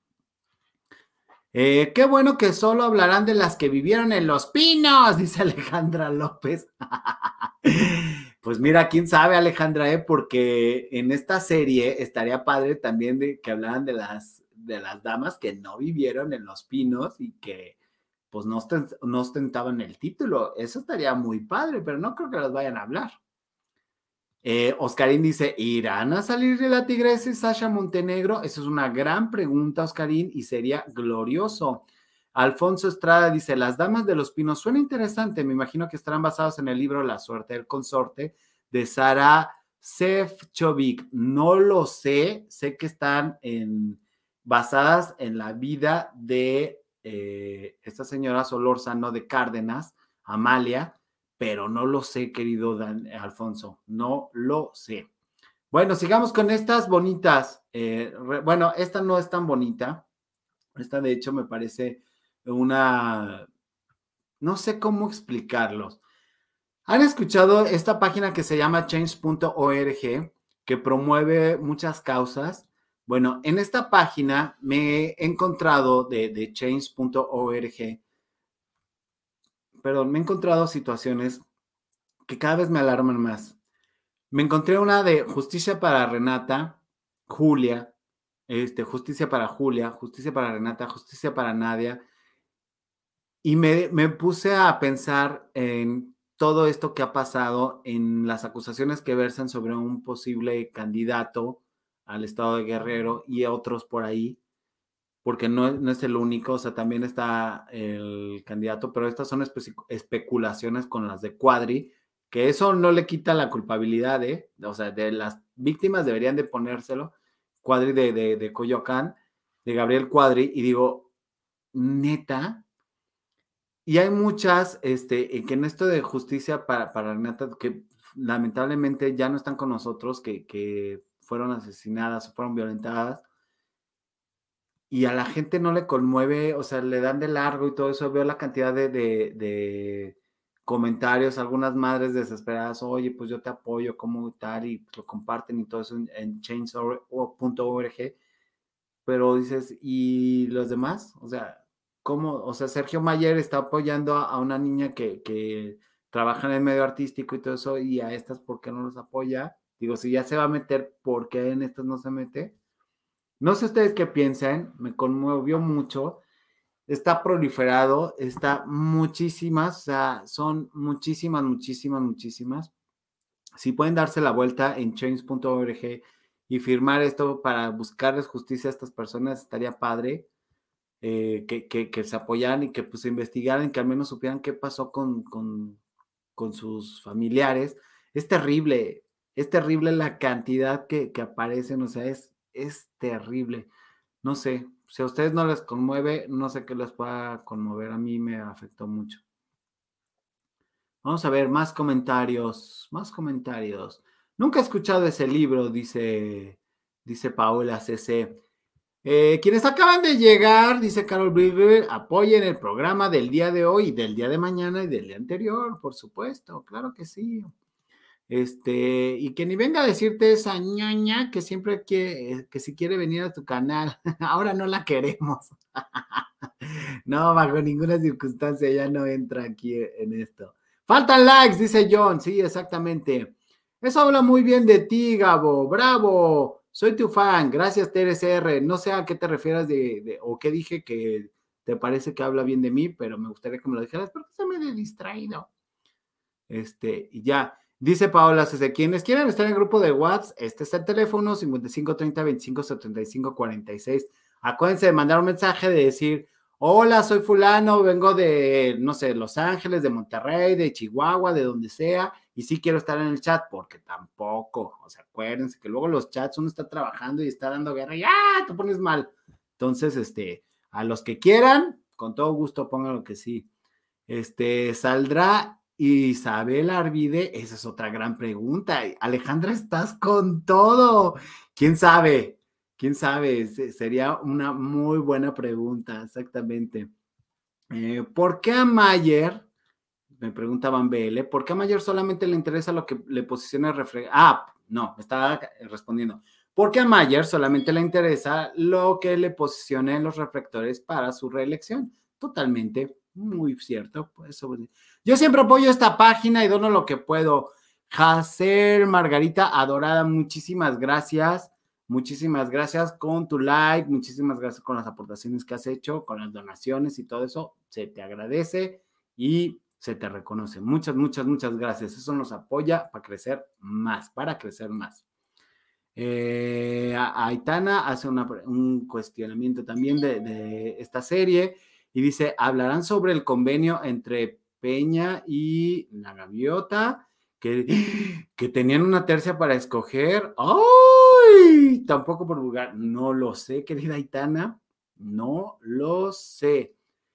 Eh, qué bueno que solo hablarán de las que vivieron en Los Pinos, dice Alejandra López. Pues mira, quién sabe, Alejandra, ¿eh? Porque en esta serie estaría padre también de que hablaran de las, de las damas que no vivieron en Los Pinos y que pues no, ostent, no ostentaban el título. Eso estaría muy padre, pero no creo que las vayan a hablar. Eh, Oscarín dice, ¿irán a salir de la Tigresa y Sasha Montenegro? Esa es una gran pregunta, Oscarín, y sería glorioso. Alfonso Estrada dice, las damas de los pinos, suena interesante, me imagino que estarán basados en el libro La suerte del consorte de Sara Sefcovic. No lo sé, sé que están en, basadas en la vida de eh, esta señora Solórzano de Cárdenas, Amalia, pero no lo sé, querido Dan, Alfonso, no lo sé. Bueno, sigamos con estas bonitas. Eh, re, bueno, esta no es tan bonita. Esta, de hecho, me parece una... No sé cómo explicarlos. ¿Han escuchado esta página que se llama change punto org, que promueve muchas causas? Bueno, en esta página me he encontrado de, de change punto org, perdón, me he encontrado situaciones que cada vez me alarman más. Me encontré una de justicia para Renata, Julia, este, justicia para Julia, justicia para Renata, justicia para Nadia, y me, me puse a pensar en todo esto que ha pasado, en las acusaciones que versan sobre un posible candidato al estado de Guerrero y otros por ahí, porque no, no es el único, o sea, también está el candidato, pero estas son espe especulaciones con las de Cuadri, que eso no le quita la culpabilidad, ¿eh? O sea, de las víctimas deberían de ponérselo, Cuadri de, de, de Coyoacán, de Gabriel Cuadri, y digo, neta, y hay muchas, este, que en esto de justicia para, para Renata, que lamentablemente ya no están con nosotros, que, que fueron asesinadas o fueron violentadas, y a la gente no le conmueve, o sea, le dan de largo y todo eso. Veo la cantidad de, de, de comentarios, algunas madres desesperadas, oye, pues yo te apoyo, como tal, y lo comparten y todo eso en, en change punto org, pero dices, ¿y los demás? O sea, ¿cómo? O sea, Sergio Mayer está apoyando a, a una niña que, que trabaja en el medio artístico y todo eso, y a estas, ¿por qué no los apoya? Digo, si ya se va a meter, ¿por qué en estas no se mete? No sé ustedes qué piensan, me conmovió mucho, está proliferado, está muchísimas, o sea, son muchísimas, muchísimas, muchísimas. Si pueden darse la vuelta en change punto org y firmar esto para buscarles justicia a estas personas, estaría padre, eh, que, que, que se apoyaran y que pues investigaran, que al menos supieran qué pasó con, con, con sus familiares. Es terrible, es terrible la cantidad que, que aparecen, o sea, es, es terrible. No sé, si a ustedes no les conmueve, no sé qué les pueda conmover. A mí me afectó mucho. Vamos a ver más comentarios, más comentarios. Nunca he escuchado ese libro, dice, dice Paola C C. Eh, quienes acaban de llegar, dice Carol Brigger, apoyen el programa del día de hoy, del día de mañana y del día anterior, por supuesto, claro que sí. Este, y que ni venga a decirte esa ñaña que siempre quiere, que si quiere venir a tu canal, ahora no la queremos. No, bajo ninguna circunstancia ya no entra aquí en esto. Faltan likes, dice John, sí, exactamente. Eso habla muy bien de ti, Gabo, bravo, soy tu fan, gracias T R C R, no sé a qué te refieras de, de, o qué dije que te parece que habla bien de mí, pero me gustaría que me lo dijeras porque se me he distraído. Este, y ya. Dice Paola Cese, quienes quieran estar en el grupo de WhatsApp, este es el teléfono cincuenta y cinco treinta veinticinco setenta y cinco cuarenta y seis. Acuérdense de mandar un mensaje de decir, hola, soy fulano, vengo de, no sé, Los Ángeles, de Monterrey, de Chihuahua, de donde sea, y sí quiero estar en el chat, porque tampoco, o sea, acuérdense que luego los chats uno está trabajando y está dando guerra y ¡ah! Te pones mal. Entonces, este, a los que quieran, con todo gusto pongan lo que sí. Este, ¿saldrá Isabel Arvide? Esa es otra gran pregunta. Alejandra, estás con todo. ¿Quién sabe? ¿Quién sabe? Sería una muy buena pregunta, exactamente. Eh, ¿Por qué a Mayer, me pregunta Van B L, ¿por qué a Mayer solamente le interesa lo que le posiciona el reflector? Ah, no, me estaba respondiendo. ¿Por qué a Mayer solamente le interesa lo que le posicione en los reflectores para su reelección? Totalmente, muy cierto. Pues, yo siempre apoyo esta página y dono lo que puedo. Hacer, Margarita, adorada, muchísimas gracias. Muchísimas gracias con tu like, muchísimas gracias con las aportaciones que has hecho, con las donaciones y todo eso. Se te agradece y se te reconoce. Muchas, muchas, muchas gracias. Eso nos apoya para crecer más, para crecer más. Eh, Aitana hace una, un cuestionamiento también de, de esta serie y dice, ¿hablarán sobre el convenio entre Peña y la Gaviota? Que, que tenían una tercia para escoger. ¡Ay! Tampoco por lugar. No lo sé, querida Aitana. No lo sé.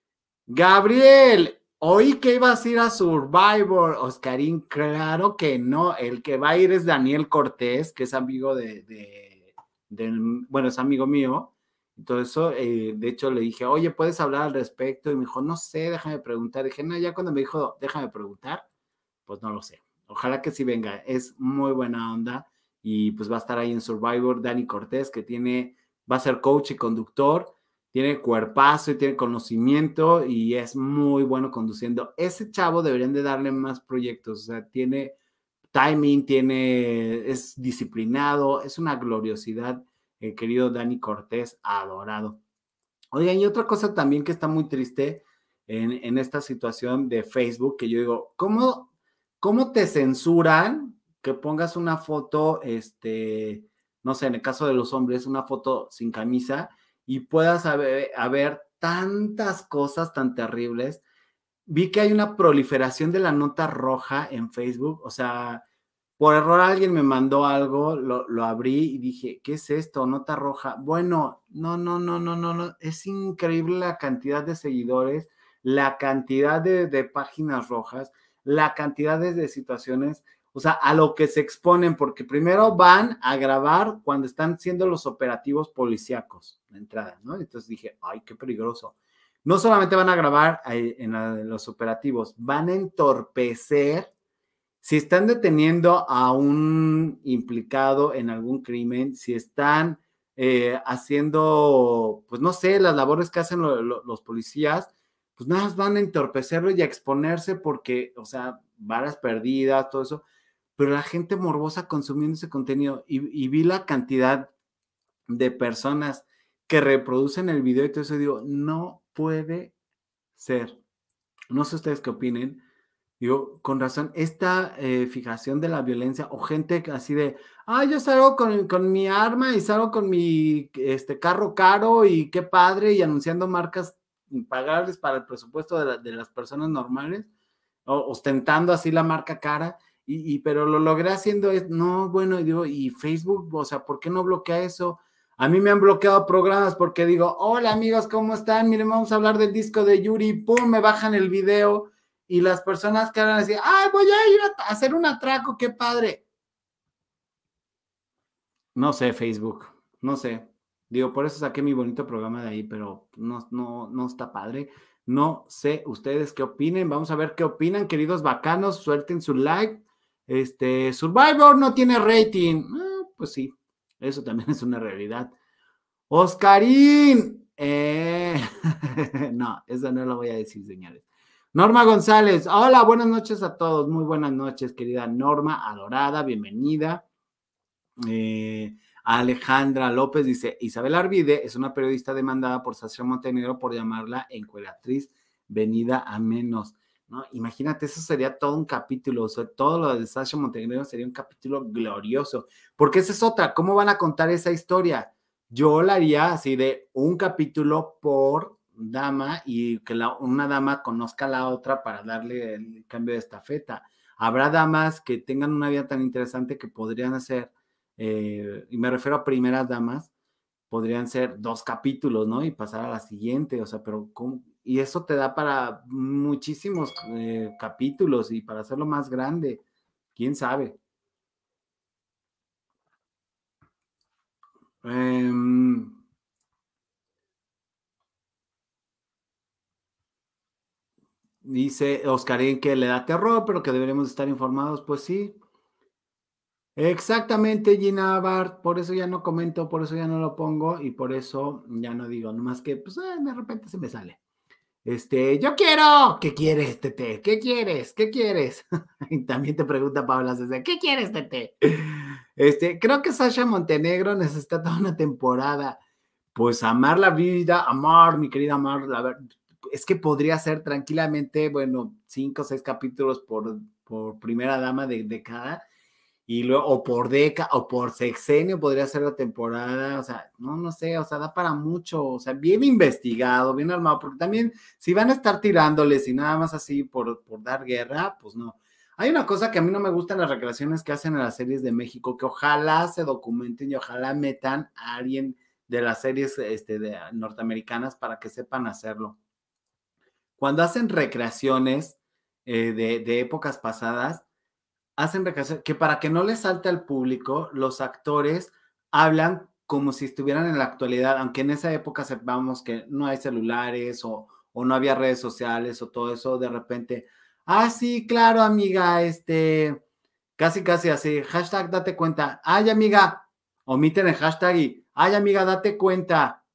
Gabriel, oí que ibas a ir a Survivor, Oscarín, claro que no, el que va a ir es Daniel Cortés, que es amigo de, de, de bueno, es amigo mío, entonces eso, eh, de hecho le dije, oye, ¿puedes hablar al respecto? Y me dijo, no sé, déjame preguntar, dije, no, ya cuando me dijo, déjame preguntar, pues no lo sé, ojalá que sí venga, es muy buena onda, y pues va a estar ahí en Survivor, Dani Cortés, que tiene, va a ser coach y conductor, tiene cuerpazo y tiene conocimiento y es muy bueno conduciendo. Ese chavo deberían de darle más proyectos, o sea, tiene timing, tiene, es disciplinado, es una gloriosidad, el querido Dani Cortés, adorado. Oigan, y otra cosa también que está muy triste en, en esta situación de Facebook, que yo digo, ¿cómo, cómo te censuran que pongas una foto, este, no sé, en el caso de los hombres, una foto sin camisa y puedas haber, haber tantas cosas tan terribles? Vi que hay una proliferación de la nota roja en Facebook, o sea, por error alguien me mandó algo, lo, lo abrí y dije, ¿qué es esto? Nota roja. Bueno, no, no, no, no, no, no. Es increíble la cantidad de seguidores, la cantidad de, de páginas rojas, la cantidad de, de situaciones, o sea, a lo que se exponen, porque primero van a grabar cuando están siendo los operativos policíacos, la entrada, ¿no? Entonces dije, ay, qué peligroso. No solamente van a grabar en, la, en los operativos, van a entorpecer. Si están deteniendo a un implicado en algún crimen, si están eh, haciendo, pues no sé, las labores que hacen lo, lo, los policías, pues nada más van a entorpecerlo y a exponerse porque, o sea, balas perdidas, todo eso, pero la gente morbosa consumiendo ese contenido y, y vi la cantidad de personas que reproducen el video y todo eso, digo, no puede ser. No sé ustedes qué opinen. Digo, con razón, esta eh, fijación de la violencia o gente así de, ah, yo salgo con, con mi arma y salgo con mi este, carro caro y qué padre y anunciando marcas impagables para el presupuesto de, la, de las personas normales, o, ostentando así la marca cara, y, y pero lo logré haciendo, es, no, bueno, y digo, y Facebook, o sea, ¿por qué no bloquea eso? A mí me han bloqueado programas porque digo, hola amigos, ¿cómo están? Miren, vamos a hablar del disco de Yuri, pum, me bajan el video. Y las personas que hablan así, ay, voy a ir a hacer un atraco, qué padre. No sé, Facebook, no sé. Digo, por eso saqué mi bonito programa de ahí, pero no, no, no está padre. No sé ustedes qué opinen. Vamos a ver qué opinan, queridos bacanos. Suelten su like. Este, Survivor no tiene rating. Ah, pues sí, eso también es una realidad. Oscarín. Eh, no, eso no lo voy a decir, señores. Norma González. Hola, buenas noches a todos. Muy buenas noches, querida Norma, adorada, bienvenida. Eh, Alejandra López dice, Isabel Arvide es una periodista demandada por Sasha Montenegro por llamarla encueratriz venida a menos, ¿no? Imagínate, eso sería todo un capítulo, o sea, todo lo de Sasha Montenegro sería un capítulo glorioso, porque esa es otra, ¿cómo van a contar esa historia? Yo la haría así de un capítulo por dama y que la, una dama conozca a la otra para darle el cambio de estafeta. Habrá damas que tengan una vida tan interesante que podrían hacer eh, y me refiero a primeras damas, podrían ser dos capítulos, ¿no? Y pasar a la siguiente, o sea, pero ¿cómo? Y eso te da para muchísimos eh, capítulos y para hacerlo más grande, quién sabe. Eh, dice Oscarín que le da terror, pero que deberíamos estar informados, pues sí. Exactamente, Gina Bart, por eso ya no comento, por eso ya no lo pongo y por eso ya no digo, nomás que pues eh, de repente se me sale. Este, yo quiero, ¿qué quieres, Tete? ¿Qué quieres? ¿Qué quieres? Y también te pregunta Paula César, ¿qué quieres, Tete? Este, creo que Sasha Montenegro necesita toda una temporada. Pues amar la vida, amar, mi querida Amar, la ver, es que podría ser tranquilamente, bueno, cinco o seis capítulos por, por primera dama de, de cada y luego, o por década, o por sexenio podría ser la temporada, o sea, no, no sé, o sea, da para mucho, o sea, bien investigado, bien armado, porque también si van a estar tirándoles y nada más así por, por dar guerra, pues no. Hay una cosa que a mí no me gustan las recreaciones que hacen en las series de México, que ojalá se documenten y ojalá metan a alguien de las series este, de, norteamericanas para que sepan hacerlo. Cuando hacen recreaciones eh, de, de épocas pasadas, hacen recreación, que para que no les salte al público, los actores hablan como si estuvieran en la actualidad, aunque en esa época sepamos que no hay celulares o, o no había redes sociales o todo eso, de repente, ah, sí, claro, amiga, este, casi, casi así, hashtag date cuenta, ay, amiga, omiten el hashtag y, ay, amiga, date cuenta.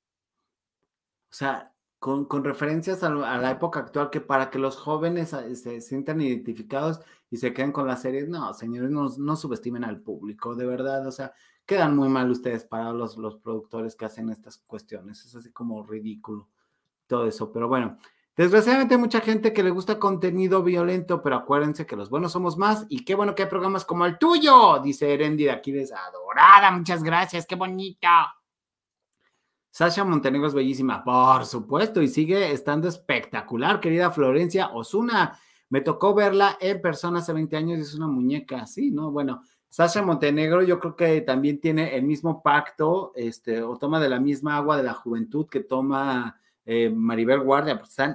O sea, con, con referencias a, a, la época actual, que para que los jóvenes se sientan identificados y se queden con la serie, no, señores, no, no subestimen al público, de verdad, o sea, quedan muy mal ustedes para los, los productores que hacen estas cuestiones, es así como ridículo todo eso, pero bueno, desgraciadamente hay mucha gente que le gusta contenido violento, pero acuérdense que los buenos somos más, y qué bueno que hay programas como el tuyo, dice Erendi de Aquiles, adorada, muchas gracias, qué bonita. Sasha Montenegro es bellísima, por supuesto, y sigue estando espectacular, querida Florencia Osuna. Me tocó verla en persona hace veinte años y es una muñeca, sí, ¿no? Bueno, Sasha Montenegro yo creo que también tiene el mismo pacto, este, o toma de la misma agua de la juventud que toma eh, Maribel Guardia, pues están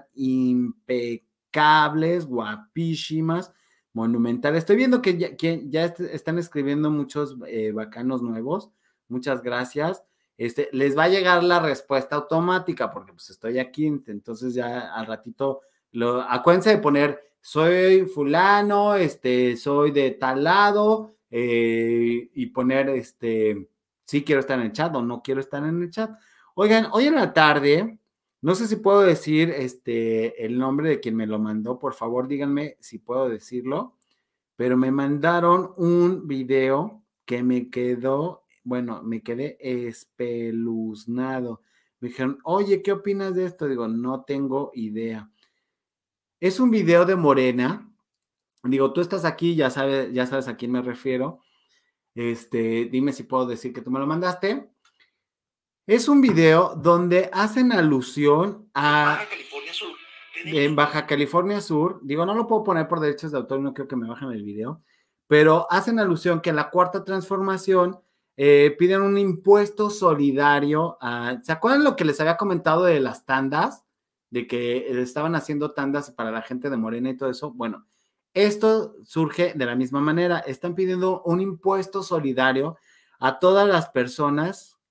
impecables, guapísimas, monumentales. Estoy viendo que ya, que ya est están escribiendo muchos eh, bacanos nuevos, muchas gracias. Este, les va a llegar la respuesta automática porque pues estoy aquí, entonces ya al ratito, lo, acuérdense de poner, soy fulano, este, soy de tal lado, eh, y poner, este, sí quiero estar en el chat o no quiero estar en el chat. Oigan, hoy en la tarde, no sé si puedo decir, este, el nombre de quien me lo mandó, por favor díganme si puedo decirlo, pero me mandaron un video que me quedó, bueno, me quedé espeluznado. Me dijeron, oye, ¿qué opinas de esto? Digo, no tengo idea. Es un video de Morena. Digo, tú estás aquí, ya sabes, ya sabes a quién me refiero. Este, dime si puedo decir que tú me lo mandaste. Es un video donde hacen alusión a... Baja California Sur. En Baja California Sur, digo, no lo puedo poner por derechos de autor, no creo que me bajen el video, pero hacen alusión que en la cuarta transformación eh, piden un impuesto solidario. A, ¿se acuerdan lo que les había comentado de las tandas? De que estaban haciendo tandas para la gente de Morena y todo eso. Bueno, esto surge de la misma manera. Están pidiendo un impuesto solidario a todas las personas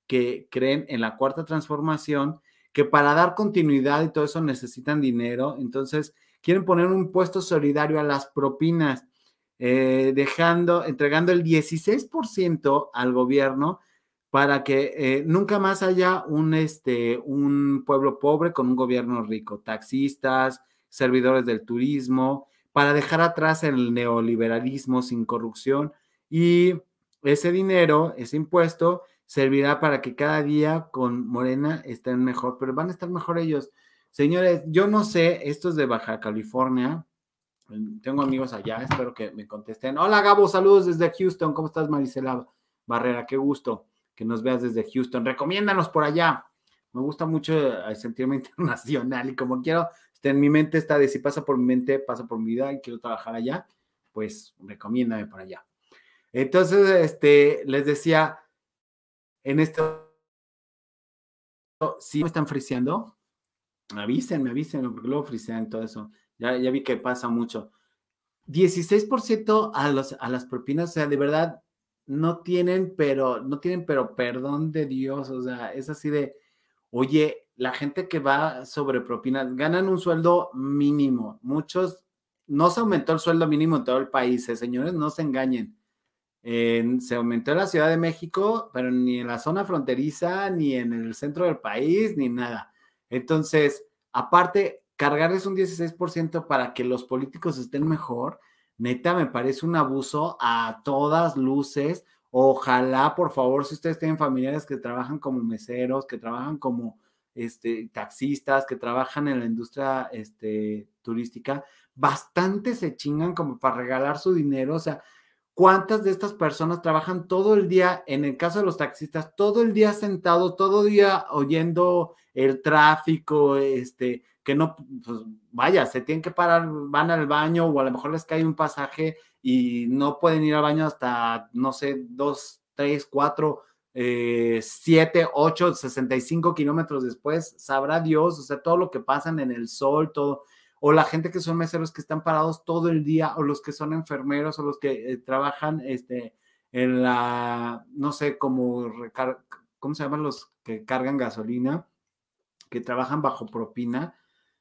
que creen en la cuarta transformación, que para dar continuidad y todo eso necesitan dinero, entonces quieren poner un impuesto solidario a las propinas, eh, dejando, entregando el dieciséis por ciento al gobierno para que eh, nunca más haya un, este, un pueblo pobre con un gobierno rico, taxistas, servidores del turismo, para dejar atrás el neoliberalismo sin corrupción, y ese dinero, ese impuesto, servirá para que cada día con Morena estén mejor, pero van a estar mejor ellos. Señores, yo no sé, estos de Baja California, tengo amigos allá, espero que me contesten. Hola Gabo, saludos desde Houston, ¿cómo estás Marisela Barrera? Qué gusto que nos veas desde Houston, recomiéndanos por allá. Me gusta mucho sentirme internacional y como quiero, este, en mi mente está de si pasa por mi mente, pasa por mi vida y quiero trabajar allá, pues recomiéndame por allá. Entonces, este, les decía, en esto, si me están friseando, avísenme, avísenme, porque luego frisean todo eso. Ya, ya vi que pasa mucho. dieciséis por ciento a, los, a las propinas, o sea, de verdad, no tienen, pero, no tienen, pero perdón de Dios, o sea, es así de, oye, la gente que va sobre propinas, ganan un sueldo mínimo, muchos, no se aumentó el sueldo mínimo en todo el país, ¿eh, señores? No se engañen. Eh, se aumentó en la Ciudad de México, pero ni en la zona fronteriza, ni en el centro del país, ni nada. Entonces, aparte, cargarles un dieciséis por ciento para que los políticos estén mejor, neta, me parece un abuso a todas luces. Ojalá, por favor, si ustedes tienen familiares que trabajan como meseros, que trabajan como este, taxistas, que trabajan en la industria este, turística, bastante se chingan como para regalar su dinero, o sea, ¿cuántas de estas personas trabajan todo el día, en el caso de los taxistas, todo el día sentado, todo el día oyendo el tráfico, este, que no, pues vaya, se tienen que parar, van al baño o a lo mejor les cae un pasaje y no pueden ir al baño hasta, no sé, dos, tres, cuatro, eh, siete, ocho, sesenta y cinco kilómetros después, sabrá Dios, o sea, todo lo que pasan en el sol, todo, o la gente que son meseros que están parados todo el día, o los que son enfermeros, o los que eh, trabajan este, en la, no sé, como, recar ¿cómo se llaman los que cargan gasolina? Que trabajan bajo propina,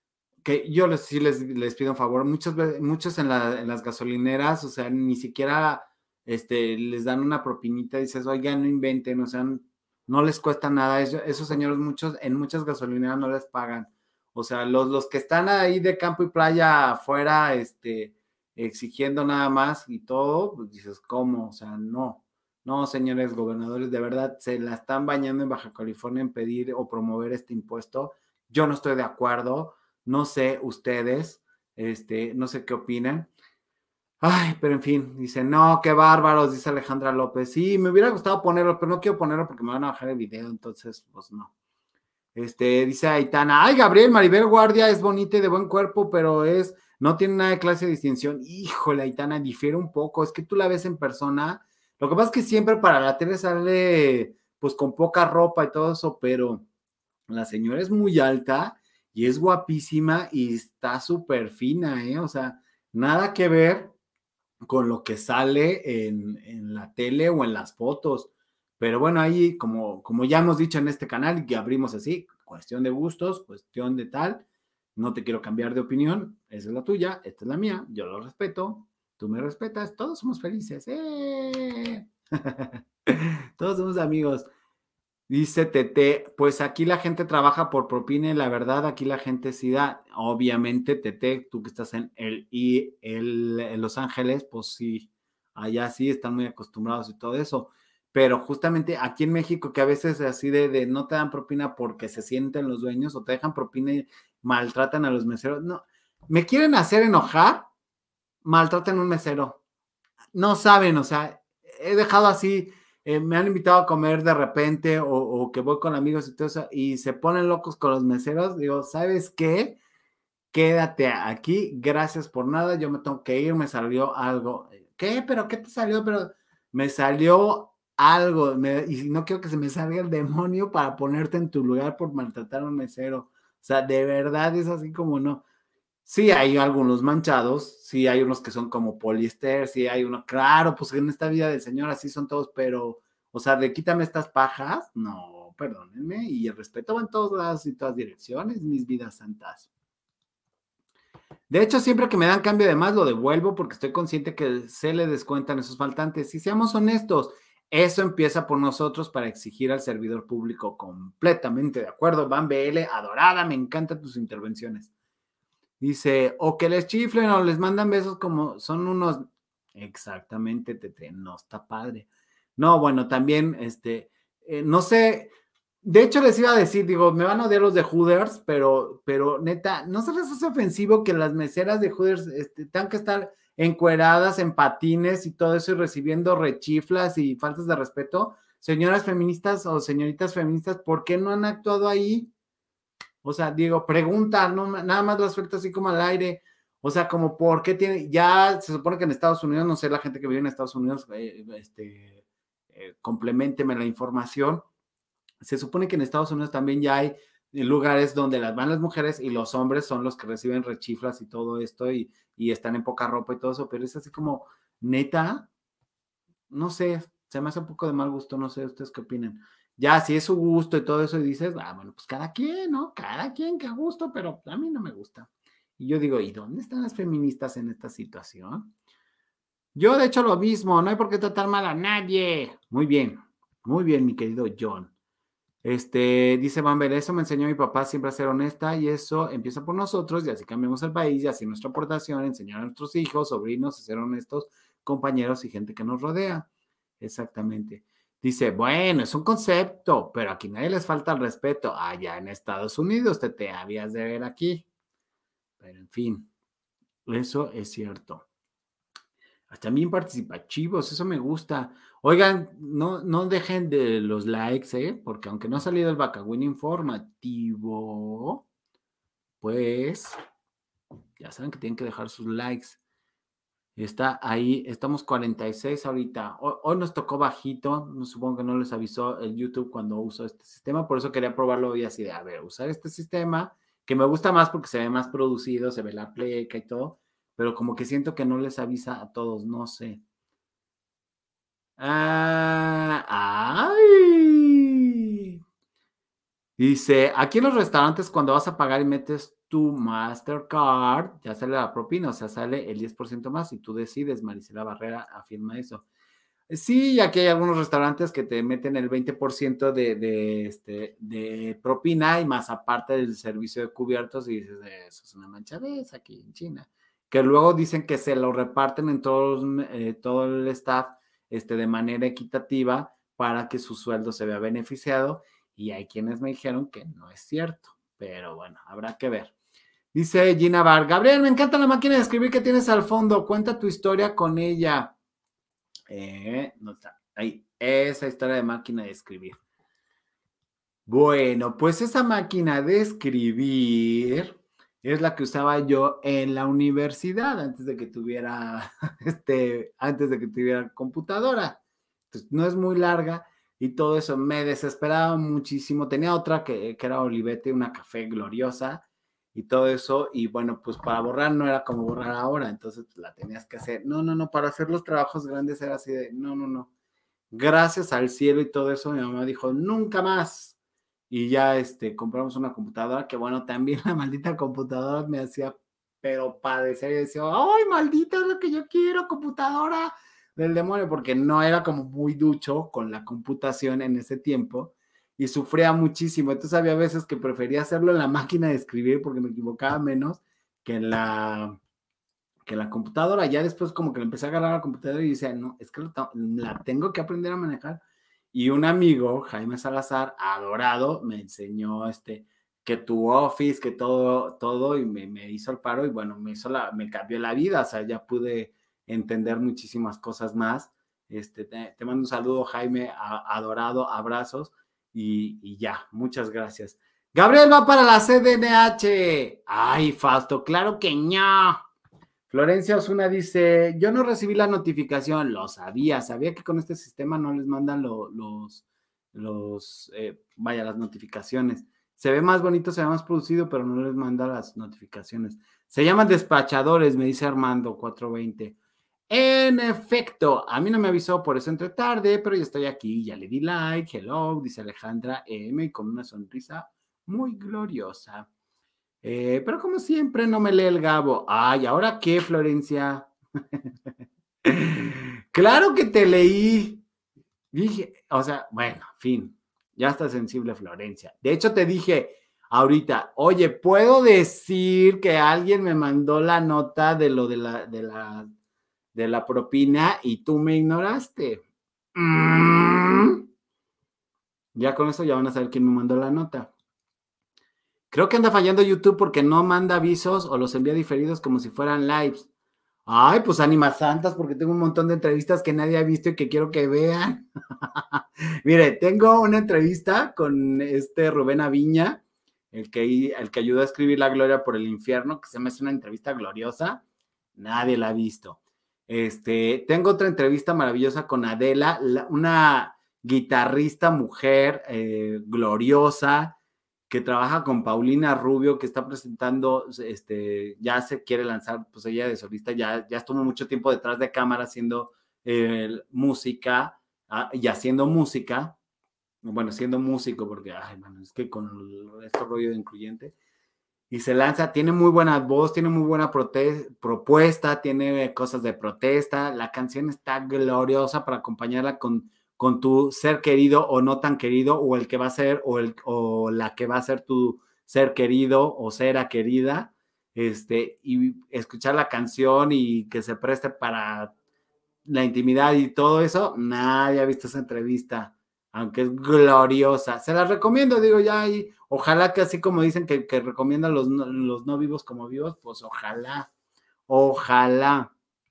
que yo les, sí les, les pido un favor, muchas veces, muchos en, la, en las gasolineras, o sea, ni siquiera este, les dan una propinita, dices, oigan, no inventen, o sea, no les cuesta nada, eso, esos señores muchos, en muchas gasolineras no les pagan. O sea, los, los que están ahí de campo y playa afuera, este, exigiendo nada más y todo, pues dices, ¿cómo? O sea, no, no, señores gobernadores, de verdad, se la están bañando en Baja California en pedir o promover este impuesto. Yo no estoy de acuerdo, no sé ustedes, este, no sé qué opinan. Ay, pero en fin, dice, no, qué bárbaros, dice Alejandra López. Sí, me hubiera gustado ponerlo, pero no quiero ponerlo porque me van a bajar el video, entonces, pues no. Este, dice Aitana, ay, Gabriel, Maribel Guardia es bonita y de buen cuerpo, pero es, no tiene nada de clase de distinción. Híjole, Aitana, difiere un poco, es que tú la ves en persona. Lo que pasa es que siempre para la tele sale, pues, con poca ropa y todo eso, pero la señora es muy alta y es guapísima y está súper fina, ¿eh? O sea, nada que ver con lo que sale en, en la tele o en las fotos. Pero bueno, ahí, como, como ya hemos dicho en este canal y que abrimos así, cuestión de gustos, cuestión de tal, no te quiero cambiar de opinión, esa es la tuya, esta es la mía, yo lo respeto, tú me respetas, todos somos felices. ¡Eh! Todos somos amigos. Dice Tete, pues aquí la gente trabaja por propina y la verdad aquí la gente sí da. Obviamente, Tete, tú que estás en el y el, en Los Ángeles, pues sí, allá sí están muy acostumbrados y todo eso. Pero justamente aquí en México, que a veces así de, de no te dan propina porque se sienten los dueños o te dejan propina y maltratan a los meseros. No, me quieren hacer enojar, maltratan a un mesero. No saben, o sea, he dejado así, eh, me han invitado a comer de repente o, o que voy con amigos y todo eso y se ponen locos con los meseros. Digo, ¿sabes qué? Quédate aquí, gracias por nada, yo me tengo que ir, me salió algo. ¿Qué? ¿Pero qué te salió? Pero me salió algo me, y no quiero que se me salga el demonio para ponerte en tu lugar por maltratar a un mesero. O sea, de verdad es así como no. Sí, hay algunos manchados, sí hay unos que son como poliéster, sí hay uno, claro, pues en esta vida del Señor así son todos, pero, o sea, de quítame estas pajas, no, perdónenme, y el respeto va en todos lados y todas direcciones, mis vidas santas. De hecho, siempre que me dan cambio de más, lo devuelvo porque estoy consciente que se le descuentan esos faltantes. Y seamos honestos, eso empieza por nosotros para exigir al servidor público completamente de acuerdo. Van B L, adorada, me encantan tus intervenciones. Dice, o que les chiflen o les mandan besos como son unos... Exactamente, Tete, no está padre. No, bueno, también, este, eh, no sé... De hecho, les iba a decir, digo, me van a odiar los de Hooters, pero, pero neta, ¿no se les hace ofensivo que las meseras de Hooters este, tengan que estar encueradas en patines y todo eso y recibiendo rechiflas y faltas de respeto? Señoras feministas o señoritas feministas, ¿por qué no han actuado ahí? O sea, digo, pregunta, no, nada más las suelta así como al aire. O sea, como, ¿por qué tiene? Ya se supone que en Estados Unidos, no sé, la gente que vive en Estados Unidos, eh, este, eh, compleménteme la información. Se supone que en Estados Unidos también ya hay lugares donde las van las mujeres y los hombres son los que reciben rechiflas y todo esto y, y están en poca ropa y todo eso, pero es así como, neta, no sé, se me hace un poco de mal gusto, no sé, ¿ustedes qué opinan? Ya, si es su gusto y todo eso y dices, ah, bueno, pues cada quien, ¿no? Cada quien que a gusto, pero a mí no me gusta. Y yo digo, ¿y dónde están las feministas en esta situación? Yo, de hecho, lo mismo, no hay por qué tratar mal a nadie. Muy bien, muy bien, mi querido John. Este, dice Bamber, eso me enseñó mi papá siempre a ser honesta y eso empieza por nosotros y así cambiamos el país y así nuestra aportación, enseñar a nuestros hijos, sobrinos a ser honestos, compañeros y gente que nos rodea. Exactamente. Dice, bueno, es un concepto, pero aquí nadie les falta el respeto. Allá en Estados Unidos te, te habías de ver aquí. Pero en fin, eso es cierto. También participativos, eso me gusta. Oigan, no, no dejen de los likes, ¿eh? Porque aunque no ha salido el Bacagüín informativo, pues ya saben que tienen que dejar sus likes. Está ahí, estamos cuarenta y seis ahorita. Hoy, hoy nos tocó bajito, no, supongo que no les avisó el YouTube cuando uso este sistema, por eso quería probarlo hoy así de, a ver, usar este sistema, que me gusta más porque se ve más producido, se ve la pleca y todo, pero como que siento que no les avisa a todos, no sé. Ah, ay. Dice, aquí en los restaurantes cuando vas a pagar y metes tu Mastercard, ya sale la propina, o sea, sale el diez por ciento más y tú decides, Maricela Barrera afirma eso. Sí, aquí hay algunos restaurantes que te meten el veinte por ciento de, de, este, de propina y más aparte del servicio de cubiertos y dices, eso es una manchadez aquí en China. Que luego dicen que se lo reparten en todos, eh, todo el staff este, de manera equitativa para que su sueldo se vea beneficiado y hay quienes me dijeron que no es cierto, pero bueno, habrá que ver. Dice Gina Bar, Gabriel, me encanta la máquina de escribir que tienes al fondo, cuenta tu historia con ella. Eh, no está. Ahí, esa historia de máquina de escribir. Bueno, pues esa máquina de escribir es la que usaba yo en la universidad antes de que tuviera, este, antes de que tuviera computadora. Entonces, no es muy larga y todo eso me desesperaba muchísimo. Tenía otra que, que era Olivete, una café gloriosa y todo eso. Y bueno, pues para borrar no era como borrar ahora, entonces pues, la tenías que hacer. No, no, no, para hacer los trabajos grandes era así de, no, no, no. Gracias al cielo y todo eso, mi mamá dijo, nunca más. Y ya este, compramos una computadora, que bueno, también la maldita computadora me hacía, pero padecer. Y decía, ¡ay, maldita, es lo que yo quiero, computadora del demonio! Porque no era como muy ducho con la computación en ese tiempo y sufría muchísimo. Entonces había veces que prefería hacerlo en la máquina de escribir porque me equivocaba menos que en la, que en la computadora. Ya después como que le empecé a agarrar a la computadora y decía, no, es que la tengo que aprender a manejar. Y un amigo, Jaime Salazar, adorado, me enseñó este, que tu Office, que todo, todo, y me, me hizo el paro y bueno, me hizo la, me cambió la vida, o sea, ya pude entender muchísimas cosas más. Este, te, te mando un saludo, Jaime, a, adorado, abrazos y, y ya, muchas gracias. Gabriel va para la C D N H. Ay, Fausto, claro que no. Florencia Osuna dice, yo no recibí la notificación, lo sabía, sabía que con este sistema no les mandan lo, los, los eh, vaya, las notificaciones. Se ve más bonito, se ve más producido, pero no les manda las notificaciones. Se llaman despachadores, me dice Armando cuatrocientos veinte. En efecto, a mí no me avisó, por eso entré tarde, pero ya estoy aquí, ya le di like, hello, dice Alejandra M, con una sonrisa muy gloriosa. Eh, pero como siempre, no me lee el Gabo. Ay, ¿ahora qué, Florencia? Claro que te leí. Dije, o sea, bueno, fin, ya está sensible Florencia. De hecho, te dije ahorita, oye, ¿puedo decir que alguien me mandó la nota de lo de la, de la, de la propina y tú me ignoraste? Mm. Ya con eso ya van a saber quién me mandó la nota. Creo que anda fallando YouTube porque no manda avisos o los envía diferidos como si fueran lives. Ay, pues ánimas santas, porque tengo un montón de entrevistas que nadie ha visto y que quiero que vean. Mire, tengo una entrevista con este Rubén Aviña, el que, el que ayudó a escribir La Gloria por el Infierno, que se me hace una entrevista gloriosa. Nadie la ha visto. Este, tengo otra entrevista maravillosa con Adela, la, una guitarrista mujer eh, gloriosa, que trabaja con Paulina Rubio, que está presentando, este, ya se quiere lanzar, pues ella de solista, ya, ya estuvo mucho tiempo detrás de cámara haciendo eh, música ah, y haciendo música, bueno, siendo músico, porque, ay, bueno, es que con este rollo de incluyente, y se lanza, tiene muy buena voz, tiene muy buena propuesta, tiene cosas de protesta, la canción está gloriosa para acompañarla con, con tu ser querido o no tan querido, o el que va a ser, o, el, o la que va a ser tu ser querido o sera querida, este, y escuchar la canción y que se preste para la intimidad y todo eso, nadie ha visto esa entrevista, aunque es gloriosa. Se la recomiendo, digo, ya, y ojalá que así como dicen que, que recomiendan los, los no vivos como vivos, pues ojalá, ojalá.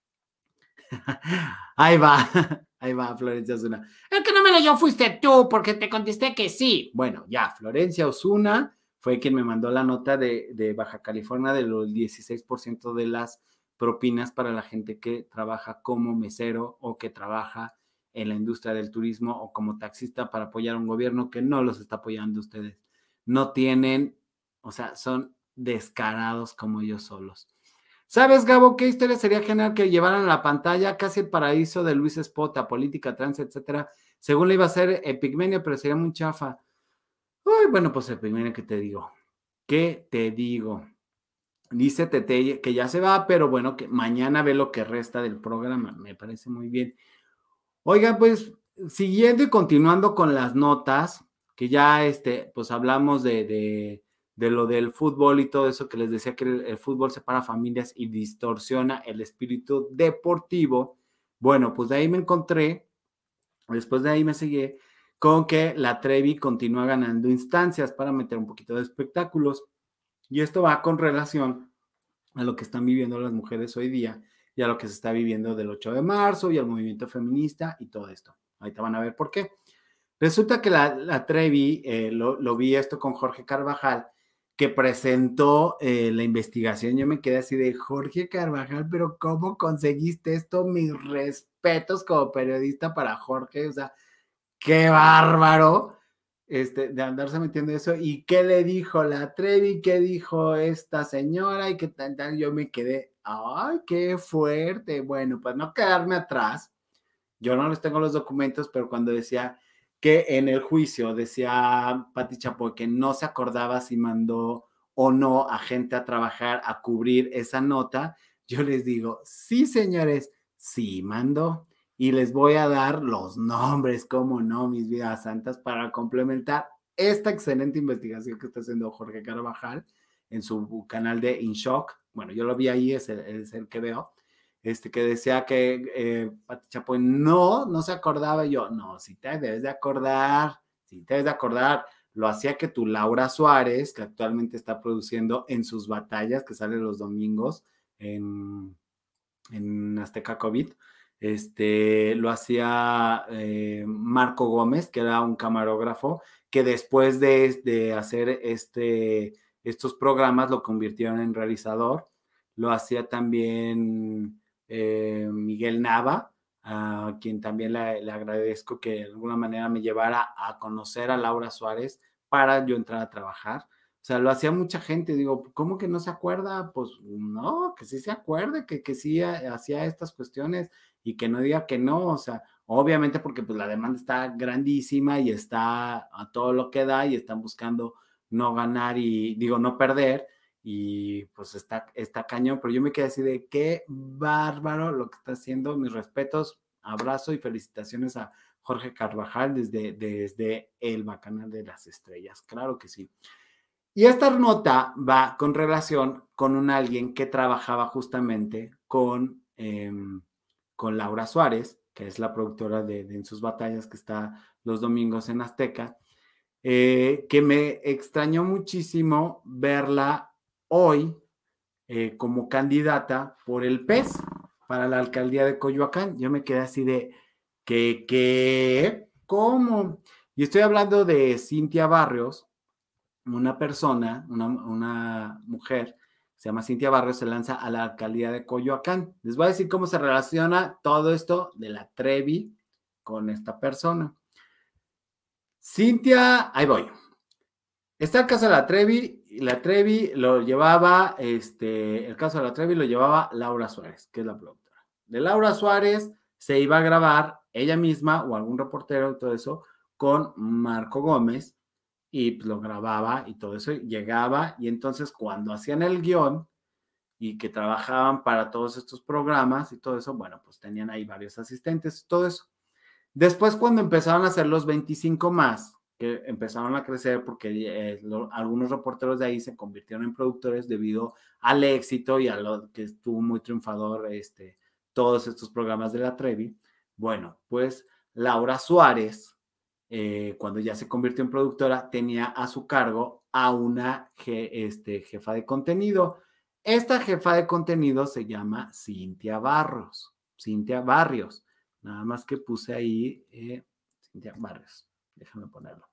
Ahí va, ahí va Florencia Osuna. El que no me leyó fuiste tú, porque te contesté que sí. Bueno, ya, Florencia Osuna fue quien me mandó la nota de, de Baja California de los dieciséis por ciento de las propinas para la gente que trabaja como mesero o que trabaja en la industria del turismo o como taxista para apoyar a un gobierno que no los está apoyando ustedes. No tienen, o sea, son descarados como ellos solos. ¿Sabes, Gabo, qué historia sería genial que llevaran a la pantalla casi el paraíso de Luis Espota, política, trans, etcétera? Según le iba a ser Epigmenio, pero sería muy chafa. Uy, bueno, pues Epigmenio, ¿qué te digo? ¿Qué te digo? Dice Tete que ya se va, pero bueno, que mañana ve lo que resta del programa. Me parece muy bien. Oiga, pues, siguiendo y continuando con las notas, que ya, este, pues hablamos de, de, de lo del fútbol y todo eso, que les decía que el, el fútbol separa familias y distorsiona el espíritu deportivo. Bueno, pues de ahí me encontré, después de ahí me seguí con que la Trevi continúa ganando instancias para meter un poquito de espectáculos. Y esto va con relación a lo que están viviendo las mujeres hoy día y a lo que se está viviendo del ocho de marzo y al movimiento feminista y todo esto. Ahorita van a ver por qué. Resulta que la, la Trevi, eh, lo, lo vi esto con Jorge Carvajal, que presentó eh, la investigación. Yo me quedé así de Jorge Carvajal, pero ¿cómo conseguiste esto? Mis respetos como periodista para Jorge, o sea, qué bárbaro. Este, de andarse metiendo eso, y qué le dijo la Trevi, qué dijo esta señora, y qué tal, tal, yo me quedé, ay, qué fuerte. Bueno, pues no quedarme atrás, yo no les tengo los documentos, pero cuando decía que en el juicio, decía Pati Chapoy que no se acordaba si mandó o no a gente a trabajar a cubrir esa nota, yo les digo, sí, señores, sí mandó. Y les voy a dar los nombres, cómo no, mis vidas santas, para complementar esta excelente investigación que está haciendo Jorge Carvajal en su canal de In Shock. Bueno, yo lo vi ahí, es el, es el que veo. Este, que decía que eh, Pati Chapoy no, no se acordaba. Yo, no, si te debes de acordar, si te debes de acordar. Lo hacía que tu Laura Suárez, que actualmente está produciendo En sus batallas, que sale los domingos en, en Azteca COVID, este, lo hacía eh, Marco Gómez, que era un camarógrafo, que después de, de hacer este, estos programas lo convirtieron en realizador. Lo hacía también eh, Miguel Nava, a quien también le, le agradezco que de alguna manera me llevara a conocer a Laura Suárez para yo entrar a trabajar. O sea, lo hacía mucha gente. Digo, ¿cómo que no se acuerda? Pues no, que sí se acuerde, que, que sí hacía estas cuestiones y que no diga que no. O sea, obviamente porque pues la demanda está grandísima y está a todo lo que da y están buscando no ganar y, digo, no perder. Y pues está, está cañón, pero yo me quedé así de qué bárbaro lo que está haciendo. Mis respetos, abrazo y felicitaciones a Jorge Carvajal desde, desde el Bacanal de las Estrellas. Claro que sí. Y esta nota va con relación con un alguien que trabajaba justamente con, eh, con Laura Suárez, que es la productora de, de En sus batallas, que está los domingos en Azteca, eh, que me extrañó muchísimo verla hoy eh, como candidata por el P E S para la alcaldía de Coyoacán. Yo me quedé así de, ¿qué, qué? ¿Cómo? Y estoy hablando de Cintia Barrios, una persona, una, una mujer, se llama Cintia Barrios, se lanza a la alcaldía de Coyoacán. Les voy a decir cómo se relaciona todo esto de la Trevi con esta persona. Cintia, ahí voy. Está el caso de la Trevi, y la Trevi lo llevaba, este, el caso de la Trevi lo llevaba Laura Suárez, que es la productora. De Laura Suárez se iba a grabar ella misma o algún reportero y todo eso con Marco Gómez y pues, lo grababa y todo eso, y llegaba y entonces cuando hacían el guión y que trabajaban para todos estos programas y todo eso, bueno, pues tenían ahí varios asistentes, todo eso. Después, cuando empezaron a hacer los veinticinco más, que empezaron a crecer porque eh, lo, algunos reporteros de ahí se convirtieron en productores debido al éxito y a lo que estuvo muy triunfador este, todos estos programas de la Trevi. Bueno, pues Laura Suárez, eh, cuando ya se convirtió en productora, tenía a su cargo a una je, este, jefa de contenido. Esta jefa de contenido se llama Cintia Barrios. Cintia Barrios. Nada más que puse ahí eh, Cintia Barrios. Déjame ponerlo.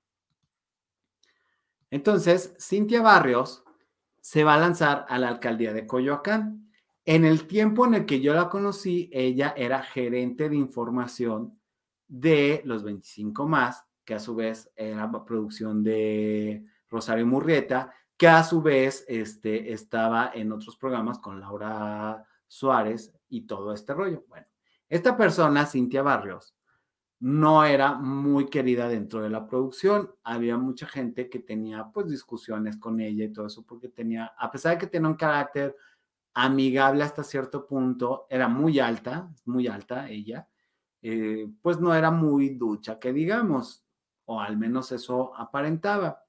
Entonces, Cintia Barrios se va a lanzar a la alcaldía de Coyoacán. En el tiempo en el que yo la conocí, ella era gerente de información de los veinticinco más, que a su vez era producción de Rosario Murrieta, que a su vez este, estaba en otros programas con Laura Suárez y todo este rollo. Bueno, esta persona, Cintia Barrios, no era muy querida dentro de la producción. Había mucha gente que tenía pues discusiones con ella y todo eso porque tenía, a pesar de que tenía un carácter amigable hasta cierto punto, era muy alta, muy alta ella, eh, pues no era muy ducha, que digamos, o al menos eso aparentaba.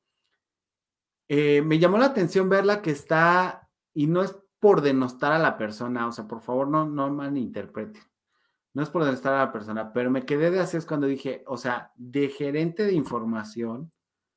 Eh, me llamó la atención verla que está, y no es por denostar a la persona, o sea, por favor no, no malinterpreten. No es por denostar a la persona, pero me quedé de así es cuando dije, o sea, de gerente de información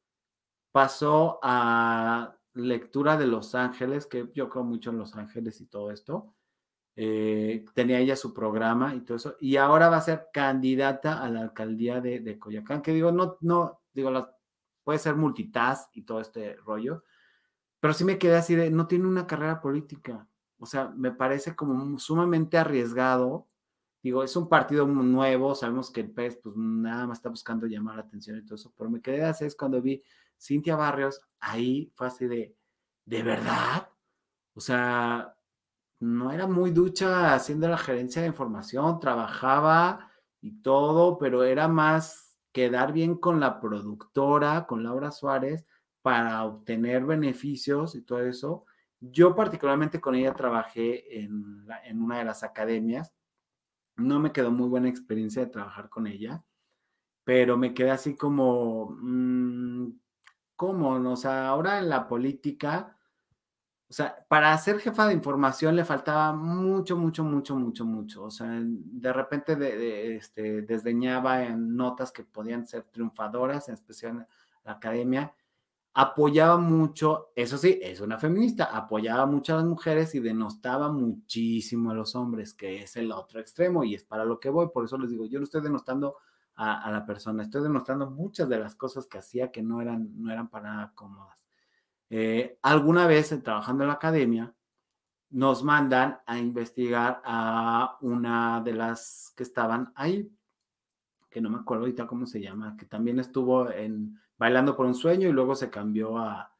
pasó a lectura de Los Ángeles, que yo creo mucho en Los Ángeles y todo esto. Eh, tenía ella su programa y todo eso, y ahora va a ser candidata a la alcaldía de, de Coyoacán, que digo, no, no, digo, la, puede ser multitask y todo este rollo, pero sí me quedé así de, no tiene una carrera política. O sea, me parece como sumamente arriesgado. Digo, es un partido nuevo, sabemos que el P E S pues nada más está buscando llamar la atención y todo eso, pero me quedé así es cuando vi Cintia Barrios, ahí fue así de, ¿de verdad? O sea, no era muy ducha haciendo la gerencia de información, trabajaba y todo, pero era más quedar bien con la productora, con Laura Suárez, para obtener beneficios y todo eso. Yo particularmente con ella trabajé en, la, en una de las academias. No me quedó muy buena experiencia de trabajar con ella, pero me quedé así como, mmm, ¿cómo? O sea, ahora en la política, o sea, para ser jefa de información le faltaba mucho, mucho, mucho, mucho, mucho. O sea, de repente de, de, este, desdeñaba en notas que podían ser triunfadoras, en especial en la academia. Apoyaba mucho, eso sí, es una feminista, apoyaba mucho a las mujeres y denostaba muchísimo a los hombres, que es el otro extremo y es para lo que voy. Por eso les digo, yo no estoy denostando a, a la persona, estoy denostando muchas de las cosas que hacía que no eran, no eran para nada cómodas. Eh, alguna vez trabajando en la academia, nos mandan a investigar a una de las que estaban ahí, que no me acuerdo ahorita cómo se llama, que también estuvo en Bailando por un Sueño y luego se cambió a,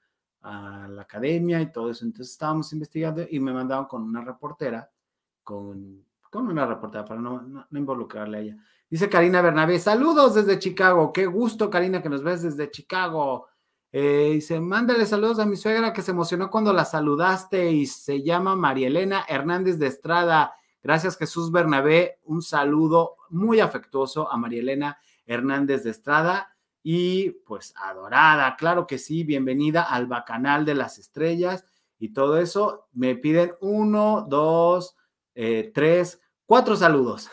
a la academia y todo eso. Entonces estábamos investigando y me mandaron con una reportera, con, con una reportera para no, no, no involucrarle a ella. Dice Karina Bernabé, saludos desde Chicago. Qué gusto, Karina, que nos ves desde Chicago. Eh, dice, mándale saludos a mi suegra que se emocionó cuando la saludaste y se llama María Elena Hernández de Estrada. Gracias, Jesús Bernabé. Un saludo muy afectuoso a María Elena Hernández de Estrada. Y pues adorada, claro que sí, bienvenida al Bacanal de las Estrellas y todo eso. Me piden uno, dos, eh, tres, cuatro saludos.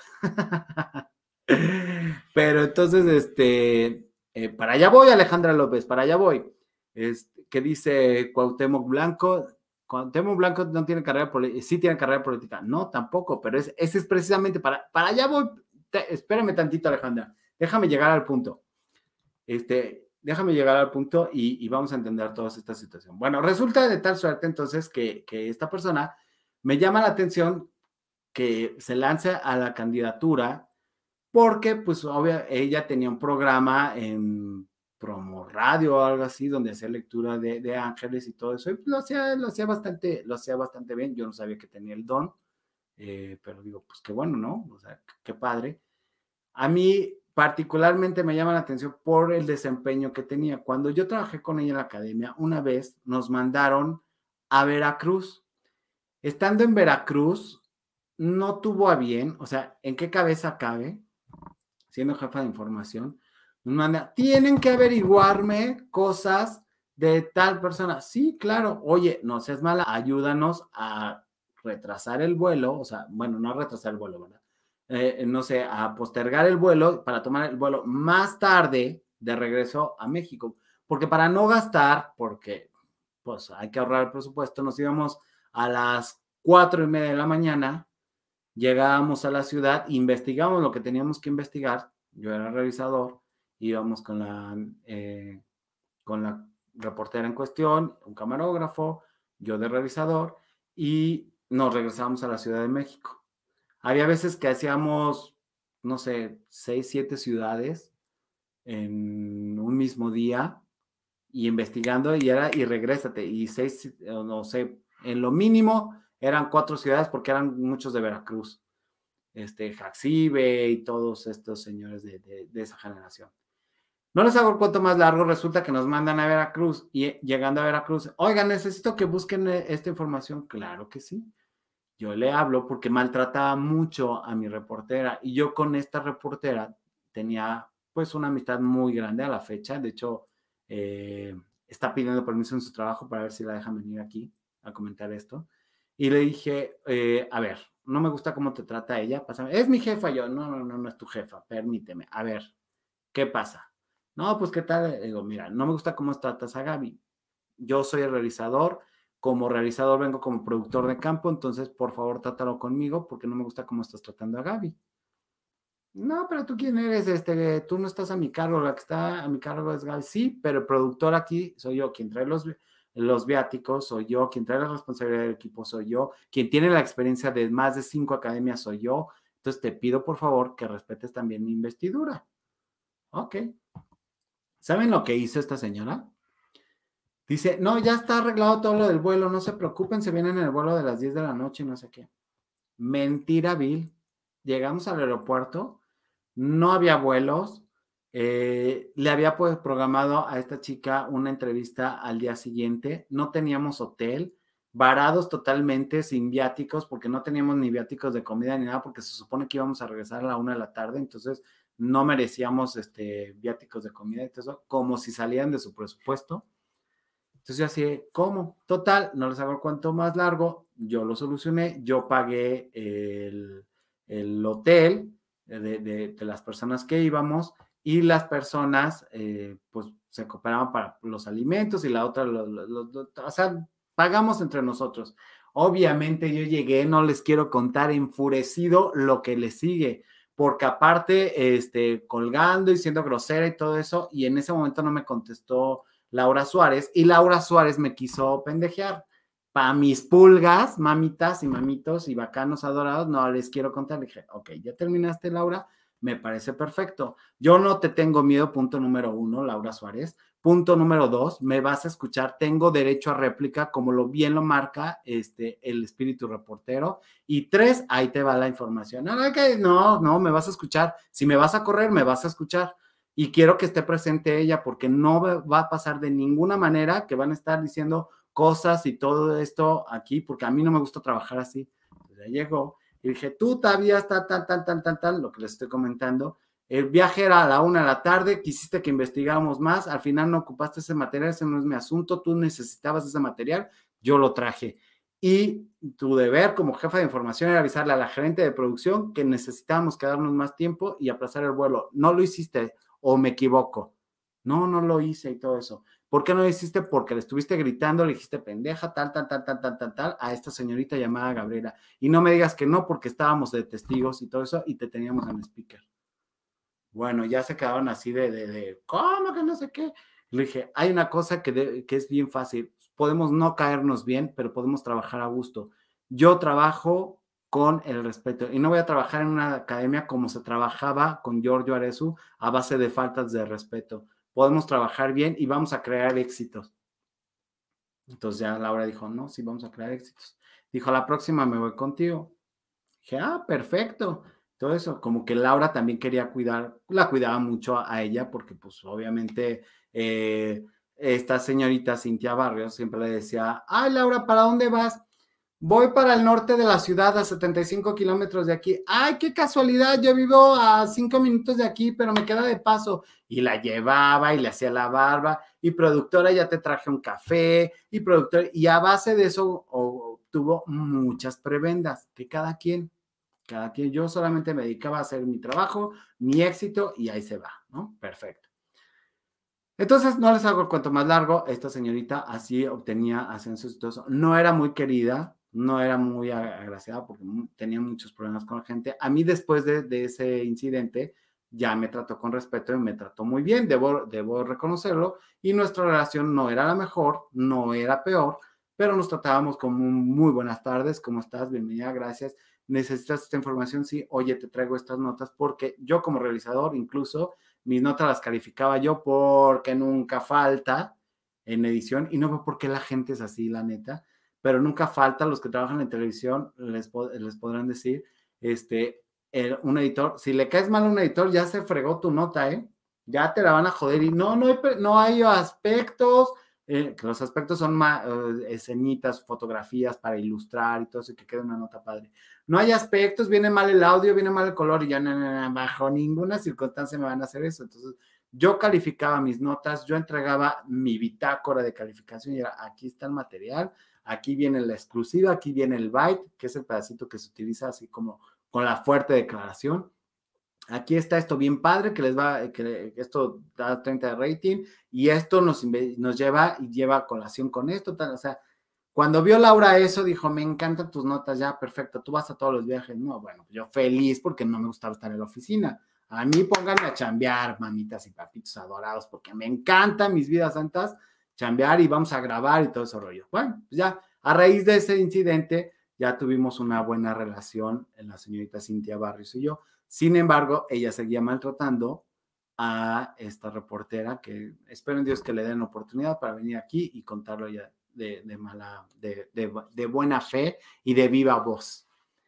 Pero entonces, este, eh, para allá voy, Alejandra López, para allá voy. Este, ¿qué dice Cuauhtémoc Blanco? Cuauhtémoc Blanco no tiene carrera política, sí tiene carrera política, no, tampoco, pero es, ese es precisamente para, para allá voy. Te, espérame tantito, Alejandra, déjame llegar al punto. Este, déjame llegar al punto y, y vamos a entender toda esta situación. Bueno, resulta de tal suerte entonces que, que esta persona me llama la atención que se lance a la candidatura porque, pues, obvio, ella tenía un programa en Promo Radio o algo así, donde hacía lectura de, de ángeles y todo eso, y lo hacía, lo hacía bastante, lo hacía bastante bien. Yo no sabía que tenía el don, eh, pero digo, pues qué bueno, ¿no? O sea, qué padre. A mí particularmente me llama la atención por el desempeño que tenía. Cuando yo trabajé con ella en la academia, una vez nos mandaron a Veracruz. Estando en Veracruz, no tuvo a bien, o sea, ¿en qué cabeza cabe? Siendo jefa de información, nos manda, tienen que averiguarme cosas de tal persona. Sí, claro, oye, no seas mala, ayúdanos a retrasar el vuelo, o sea, bueno, no a retrasar el vuelo, ¿verdad? Eh, no sé, a postergar el vuelo para tomar el vuelo más tarde de regreso a México, porque para no gastar, porque pues hay que ahorrar el presupuesto, nos íbamos a las cuatro y media de la mañana, llegábamos a la ciudad, investigamos lo que teníamos que investigar, yo era revisador, íbamos con la, eh, con la reportera en cuestión, un camarógrafo, yo de revisador, y nos regresábamos a la Ciudad de México. Había veces que hacíamos, no sé, seis, siete ciudades en un mismo día, y investigando, y era, y regrésate, y seis, no sé, en lo mínimo eran cuatro ciudades porque eran muchos de Veracruz, este, Jaxibe y todos estos señores de, de, de esa generación. No les hago el cuento más largo, resulta que nos mandan a Veracruz y llegando a Veracruz, oigan, necesito que busquen esta información. Claro que sí. Yo le hablo porque maltrataba mucho a mi reportera y yo con esta reportera tenía pues una amistad muy grande a la fecha. De hecho, eh, está pidiendo permiso en su trabajo para ver si la dejan venir aquí a comentar esto. Y le dije, eh, a ver, no me gusta cómo te trata ella. Pásame. Es mi jefa. Yo, no, no, no, no es tu jefa. Permíteme. A ver, ¿qué pasa? No, pues, ¿qué tal? Le digo, mira, no me gusta cómo tratas a Gaby. Yo soy el realizador. Como realizador vengo como productor de campo. Entonces, por favor, trátalo conmigo porque no me gusta cómo estás tratando a Gaby. No, pero tú quién eres, este, tú no estás a mi cargo, la que está a mi cargo es Gaby. Sí, pero el productor aquí soy yo, quien trae los, los viáticos soy yo, quien trae la responsabilidad del equipo soy yo, quien tiene la experiencia de más de cinco academias soy yo. Entonces te pido por favor que respetes también mi investidura. Ok. ¿Saben lo que hizo esta señora? Dice, no, ya está arreglado todo lo del vuelo, no se preocupen, se vienen en el vuelo de las diez de la noche y no sé qué. Mentira, Bill. Llegamos al aeropuerto, no había vuelos, eh, le había pues programado a esta chica una entrevista al día siguiente, no teníamos hotel, varados totalmente, sin viáticos, porque no teníamos ni viáticos de comida ni nada, porque se supone que íbamos a regresar a la una de la tarde, entonces no merecíamos este, viáticos de comida y todo eso, como si salieran de su presupuesto. Entonces yo así, ¿cómo? Total, no les hago el cuento más largo, yo lo solucioné, yo pagué el, el hotel de, de, de las personas que íbamos y las personas eh, pues se cooperaban para los alimentos y la otra, lo, lo, lo, lo, o sea, pagamos entre nosotros. Obviamente yo llegué, no les quiero contar, enfurecido lo que le sigue, porque aparte, este, colgando y siendo grosera y todo eso, y en ese momento no me contestó Laura Suárez, y Laura Suárez me quiso pendejear. Para mis pulgas, mamitas y mamitos y bacanos adorados, no les quiero contar. Le dije, ok, ya terminaste, Laura, me parece perfecto. Yo no te tengo miedo, punto número uno, Laura Suárez, Punto número dos, me vas a escuchar, tengo derecho a réplica, como lo bien lo marca este, el espíritu reportero. Y tres, ahí te va la información. No, no, no, me vas a escuchar. Si me vas a correr, me vas a escuchar. Y quiero que esté presente ella, porque no va a pasar de ninguna manera que van a estar diciendo cosas y todo esto aquí, porque a mí no me gusta trabajar así. Entonces ya llegó y dije, tú todavía está tal, tal, tal, tal, tal, lo que les estoy comentando. El viaje era a la una de la tarde, quisiste que investigáramos más, al final no ocupaste ese material, ese no es mi asunto, tú necesitabas ese material, yo lo traje. Y tu deber como jefa de información era avisarle a la gerente de producción que necesitábamos quedarnos más tiempo y aplazar el vuelo. No lo hiciste, o me equivoco. No, no lo hice y todo eso. ¿Por qué no lo hiciste? Porque le estuviste gritando, le dijiste pendeja, tal, tal, tal, tal, tal, tal, tal, a esta señorita llamada Gabriela. Y no me digas que no, porque estábamos de testigos y todo eso y te teníamos en speaker. Bueno, ya se quedaron así de, de, de ¿cómo que no sé qué? Le dije, hay una cosa que, de, que es bien fácil. Podemos no caernos bien, pero podemos trabajar a gusto. Yo trabajo con el respeto y no voy a trabajar en una academia como se trabajaba con Giorgio Arezu a base de faltas de respeto. Podemos trabajar bien y vamos a crear éxitos. Entonces ya Laura dijo, no, sí, vamos a crear éxitos. Dijo, a la próxima me voy contigo. Dije, ah, perfecto. Todo eso, como que Laura también quería cuidar, la cuidaba mucho a, a ella, porque pues obviamente eh, esta señorita Cintia Barrios siempre le decía, ay Laura, ¿para dónde vas? Voy para el norte de la ciudad a setenta y cinco kilómetros de aquí. Ay, qué casualidad, yo vivo a cinco minutos de aquí, pero me queda de paso. Y la llevaba y le hacía la barba. Y productora, ya te traje un café. Y productora, y a base de eso obtuvo muchas prebendas, que cada quien, cada quien, yo solamente me dedicaba a hacer mi trabajo, mi éxito, y ahí se va, ¿no? Perfecto. Entonces, no les hago el cuento más largo, esta señorita así obtenía ascensos y todo eso. No era muy querida, no era muy agraciada porque tenía muchos problemas con la gente. A mí después de, de ese incidente ya me trató con respeto y me trató muy bien, debo, debo reconocerlo, y nuestra relación no era la mejor, no era peor, pero nos tratábamos como muy buenas tardes, ¿cómo estás? Bienvenida, gracias. ¿Necesitas esta información? Sí, oye, te traigo estas notas porque yo como realizador incluso mis notas las calificaba yo porque nunca falta en edición, y no porque la gente es así, la neta, pero nunca falta, los que trabajan en televisión les, les podrán decir, este, el, un editor, si le caes mal a un editor, ya se fregó tu nota, ¿eh? Ya te la van a joder, y no, no hay, no hay aspectos, eh, que los aspectos son más, uh, escenitas, fotografías para ilustrar y todo eso, y que quede una nota padre. No hay aspectos, viene mal el audio, viene mal el color, y ya no, no, no, bajo ninguna circunstancia me van a hacer eso. Entonces, yo calificaba mis notas, yo entregaba mi bitácora de calificación y era, aquí está el material, aquí viene la exclusiva, aquí viene el byte, que es el pedacito que se utiliza así como con la fuerte declaración. Aquí está esto bien padre, que les va, que esto da treinta de rating, y esto nos, nos lleva y lleva a colación con esto, tal, o sea, cuando vio Laura eso, dijo, me encantan tus notas, ya, perfecto, tú vas a todos los viajes. No, bueno, yo feliz porque no me gustaba estar en la oficina. A mí pónganme a chambear, mamitas y papitos adorados, porque me encantan mis vidas santas, chambear y vamos a grabar y todo ese rollo. Bueno, pues ya, a raíz de ese incidente, ya tuvimos una buena relación en la señorita Cintia Barrios y yo. Sin embargo, ella seguía maltratando a esta reportera, que espero en Dios que le den oportunidad para venir aquí y contarlo ya. De, de mala, de, de, de buena fe y de viva voz,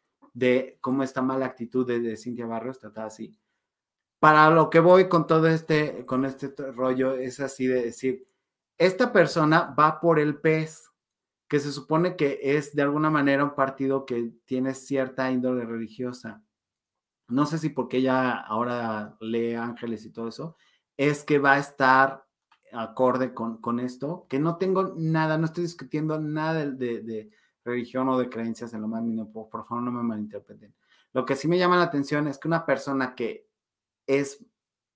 de cómo esta mala actitud de, de Cintia Barrios tratada así. Para lo que voy con todo este, con este rollo, es así de decir, esta persona va por el P E S, que se supone que es de alguna manera un partido que tiene cierta índole religiosa. No sé si porque ella ahora lee ángeles y todo eso, es que va a estar acorde con, con esto, que no tengo nada, no estoy discutiendo nada de, de, de religión o de creencias en lo más mínimo, por, por favor no me malinterpreten. Lo que sí me llama la atención es que una persona que es,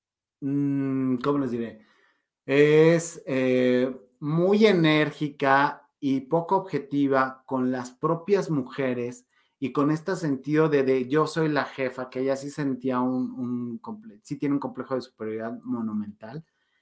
mmm, ¿cómo les diré? Es eh, muy enérgica y poco objetiva con las propias mujeres y con este sentido de, de yo soy la jefa, que ella sí sentía un, un sí tiene un complejo de superioridad monumental.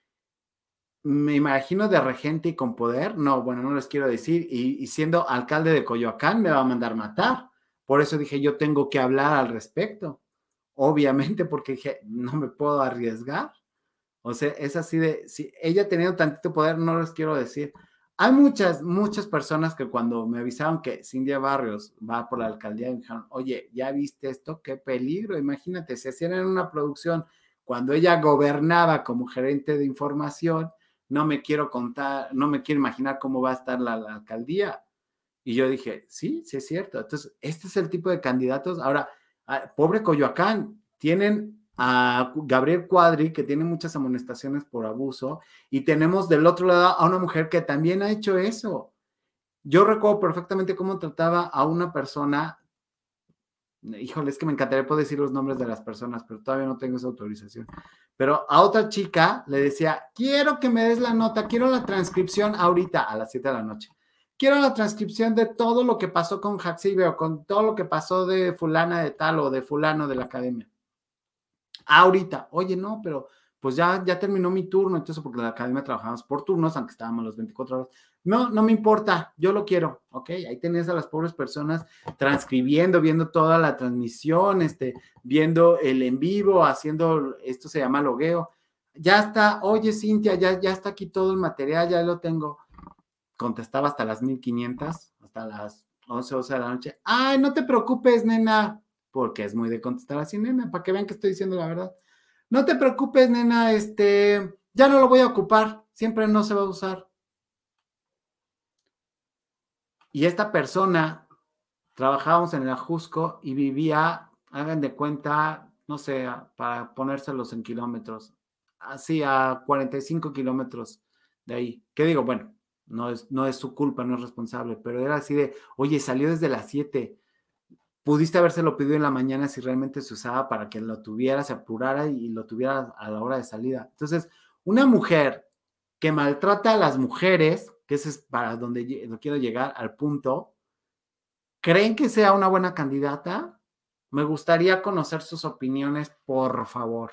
Me imagino de regente y con poder, no, bueno, no les quiero decir, y, y siendo alcalde de Coyoacán me va a mandar matar. Por eso dije, yo tengo que hablar al respecto, obviamente, porque dije, no me puedo arriesgar. O sea, es así de, si ella teniendo tantito poder, no les quiero decir. Hay muchas, muchas personas que cuando me avisaron que Cintia Barrios va por la alcaldía, me dijeron, oye, ¿ya viste esto? ¡Qué peligro! Imagínate, si hacían en una producción cuando ella gobernaba como gerente de información, no me quiero contar, no me quiero imaginar cómo va a estar la, la alcaldía. Y yo dije, sí, sí es cierto. Entonces, este es el tipo de candidatos. Ahora, a, pobre Coyoacán, tienen a Gabriel Cuadri, que tiene muchas amonestaciones por abuso, y tenemos del otro lado a una mujer que también ha hecho eso. Yo recuerdo perfectamente cómo trataba a una persona, híjole, es que me encantaría poder decir los nombres de las personas, pero todavía no tengo esa autorización, pero a otra chica le decía, quiero que me des la nota, quiero la transcripción ahorita a las siete de la noche. Quiero la transcripción de todo lo que pasó con Jaxibe o con todo lo que pasó de fulana de tal o de fulano de la academia. Ahorita, oye, no, pero pues ya, ya terminó mi turno, entonces porque en la academia trabajamos por turnos, aunque estábamos las veinticuatro horas. No, no me importa, yo lo quiero, ¿ok? Ahí tenías a las pobres personas transcribiendo, viendo toda la transmisión, este, viendo el en vivo, haciendo, esto se llama logueo. Ya está, oye, Cintia, ya, ya está aquí todo el material, ya lo tengo. Contestaba hasta las mil quinientas, hasta las once, doce de la noche. Ay, no te preocupes, nena, porque es muy de contestar así, nena, para que vean que estoy diciendo la verdad. No te preocupes, nena, este, ya no lo voy a ocupar, siempre no se va a usar. Y esta persona, trabajábamos en el Ajusco y vivía, hagan de cuenta, no sé, para ponérselos en kilómetros, así a cuarenta y cinco kilómetros de ahí. ¿Qué digo? Bueno, no es, no es su culpa, no es responsable, pero era así de, oye, salió desde las siete, pudiste habérselo pedido en la mañana si realmente se usaba para que lo tuviera, se apurara y lo tuviera a la hora de salida. Entonces, una mujer que maltrata a las mujeres, que ese es para donde no quiero llegar al punto, ¿creen que sea una buena candidata? Me gustaría conocer sus opiniones, por favor.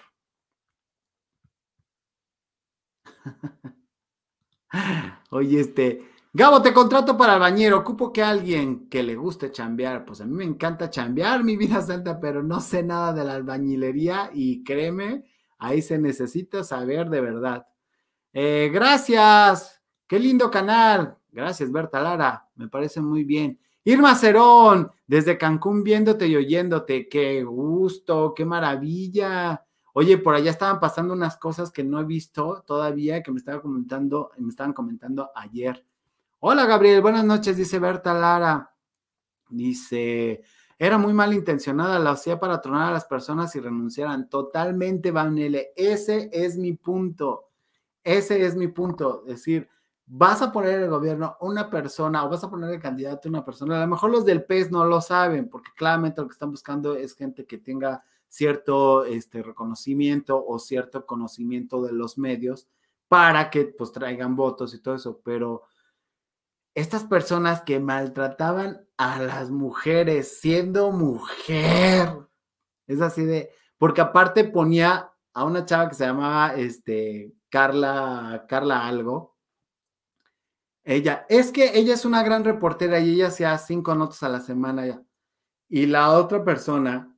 Oye, este, Gabo, te contrato para albañero, ocupo que alguien que le guste chambear, pues a mí me encanta chambear, mi vida santa, pero no sé nada de la albañilería y créeme, ahí se necesita saber de verdad. Eh, gracias, qué lindo canal, gracias Berta Lara, me parece muy bien. Irma Cerón, desde Cancún viéndote y oyéndote, qué gusto, qué maravilla. Oye, por allá estaban pasando unas cosas que no he visto todavía, que me estaba comentando, me estaban comentando ayer. Hola Gabriel, buenas noches, dice Berta Lara. Dice, era muy malintencionada, la hacía para tronar a las personas y renunciaran. Totalmente, Vanele, ese es mi punto. Ese es mi punto. Es decir, vas a poner en el gobierno una persona o vas a poner el candidato a una persona. A lo mejor los del P E S no lo saben, porque claramente lo que están buscando es gente que tenga cierto este, reconocimiento o cierto conocimiento de los medios para que pues traigan votos y todo eso, pero estas personas que maltrataban a las mujeres siendo mujer, es así de, porque aparte ponía a una chava que se llamaba este, Carla, Carla algo, ella, es que ella es una gran reportera y ella hacía cinco notas a la semana ya, y la otra persona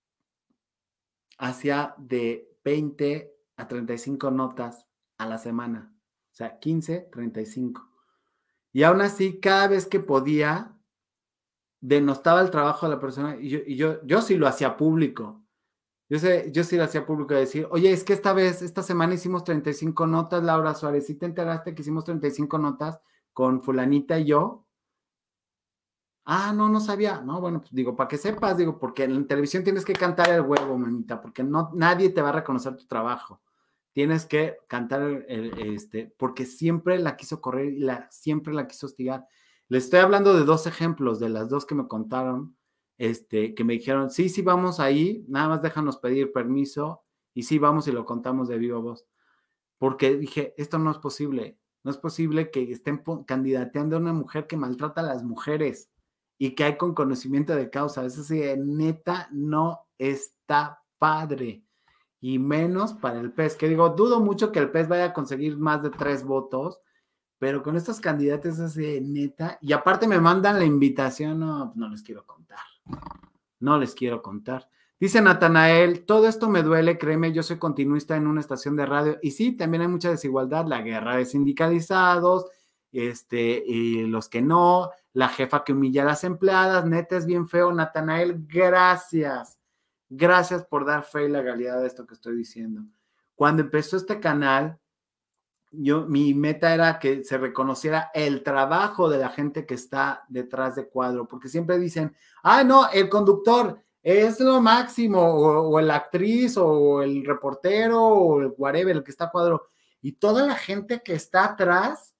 hacía de veinte a treinta y cinco notas a la semana, o sea, quince, treinta y cinco. Y aún así, cada vez que podía, denostaba el trabajo de la persona y yo, y yo, yo sí lo hacía público. Yo, sé, yo sí lo hacía público de decir, oye, es que esta vez, esta semana hicimos treinta y cinco notas, Laura Suárez, ¿sí te enteraste que hicimos treinta y cinco notas con fulanita y yo? Ah, no, no sabía. No, bueno, pues digo, para que sepas, digo, porque en televisión tienes que cantar el huevo, mamita, porque no, nadie te va a reconocer tu trabajo. Tienes que cantar el, el, este, porque siempre la quiso correr y la, siempre la quiso hostigar. Les estoy hablando de dos ejemplos, de las dos que me contaron, este, que me dijeron, sí, sí, vamos ahí, nada más déjanos pedir permiso, y sí, vamos y lo contamos de viva voz. Porque dije, esto no es posible, no es posible que estén candidateando a una mujer que maltrata a las mujeres y que hay con conocimiento de causa. Eso sí, neta, no está padre. Y menos para el P E S, que digo, dudo mucho que el P E S vaya a conseguir más de tres votos, pero con estos candidatos así, neta, y aparte me mandan la invitación, no, no les quiero contar, no les quiero contar. Dice Natanael, todo esto me duele, créeme, yo soy continuista en una estación de radio. Y sí, también hay mucha desigualdad, la guerra de sindicalizados, este, y los que no, la jefa que humilla a las empleadas, neta es bien feo. Natanael, gracias. Gracias por dar fe y legalidad de esto que estoy diciendo. Cuando empezó este canal, yo, mi meta era que se reconociera el trabajo de la gente que está detrás de cuadro, porque siempre dicen, ah, no, el conductor es lo máximo, o, o la actriz, o el reportero, o el whatever, el que está a cuadro, y toda la gente que está atrás,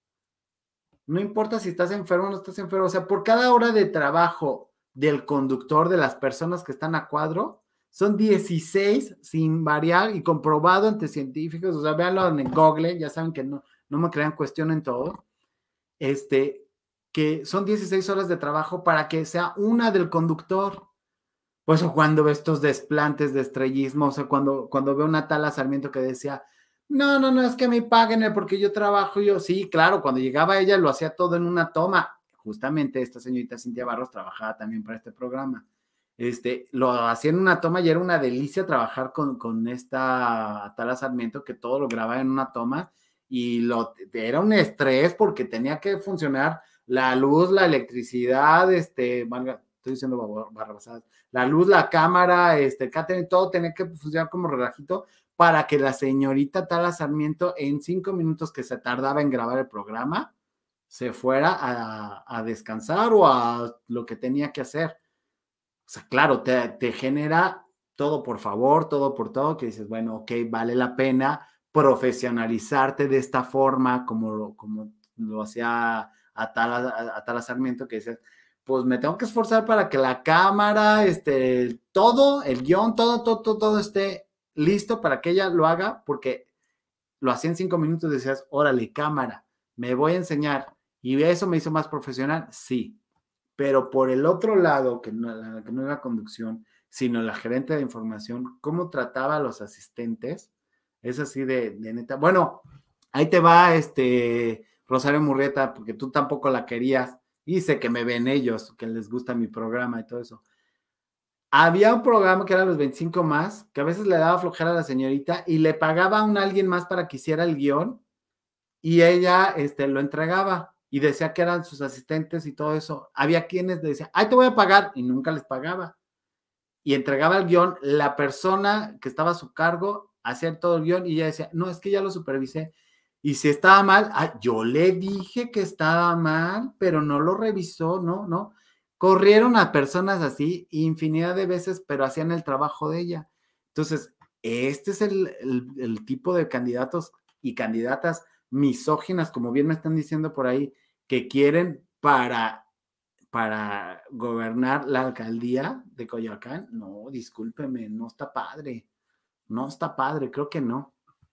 no importa si estás enfermo o no estás enfermo, o sea, por cada hora de trabajo del conductor, de las personas que están a cuadro, son dieciséis sin variar y comprobado ante científicos, o sea, véanlo en Google, ya saben que no, no me crean, cuestionen todo, este, que son dieciséis horas de trabajo para que sea una del conductor. Por eso cuando ve estos desplantes de estrellismo, o sea, cuando, cuando veo una Tala Sarmiento que decía, no, no, no, es que me paguen porque yo trabajo, yo, sí, claro, cuando llegaba ella lo hacía todo en una toma. Justamente esta señorita Cintia Barros trabajaba también para este programa. Este, lo hacía en una toma y era una delicia trabajar con, con esta Tala Sarmiento, que todo lo grababa en una toma y lo, era un estrés porque tenía que funcionar la luz, la electricidad, este, valga, estoy diciendo barrabasadas, la luz, la cámara, este, catering, todo tenía que funcionar como relajito para que la señorita Tala Sarmiento en cinco minutos que se tardaba en grabar el programa se fuera a, a descansar o a lo que tenía que hacer. O sea, claro, te, te genera todo por favor, todo por todo, que dices, bueno, ok, vale la pena profesionalizarte de esta forma, como lo, como lo hacía Atala, Atala Sarmiento, que dices, pues me tengo que esforzar para que la cámara, este, todo, el guión, todo, todo, todo, todo esté listo para que ella lo haga, porque lo hacía en cinco minutos, decías, órale, cámara, me voy a enseñar. Y eso me hizo más profesional, sí. Pero por el otro lado, que no, que no era conducción, sino la gerente de información, cómo trataba a los asistentes, es así de, de neta. Bueno, ahí te va este Rosario Murrieta, porque tú tampoco la querías, y sé que me ven ellos, que les gusta mi programa y todo eso. Había un programa que era Los veinticinco más, que a veces le daba flojera a la señorita y le pagaba a un alguien más para que hiciera el guión y ella este, lo entregaba y decía que eran sus asistentes y todo eso. Había quienes le decían, ay, te voy a pagar, y nunca les pagaba. Y entregaba el guión, la persona que estaba a su cargo hacía todo el guión y ella decía, no, es que ya lo supervisé. Y si estaba mal, ah, yo le dije que estaba mal, pero no lo revisó, no, no. Corrieron a personas así infinidad de veces, pero hacían el trabajo de ella. Entonces, este es el, el, el tipo de candidatos y candidatas misóginas, como bien me están diciendo por ahí, que quieren para, para gobernar la alcaldía de Coyoacán. No, discúlpeme, no está padre. No está padre, creo que no.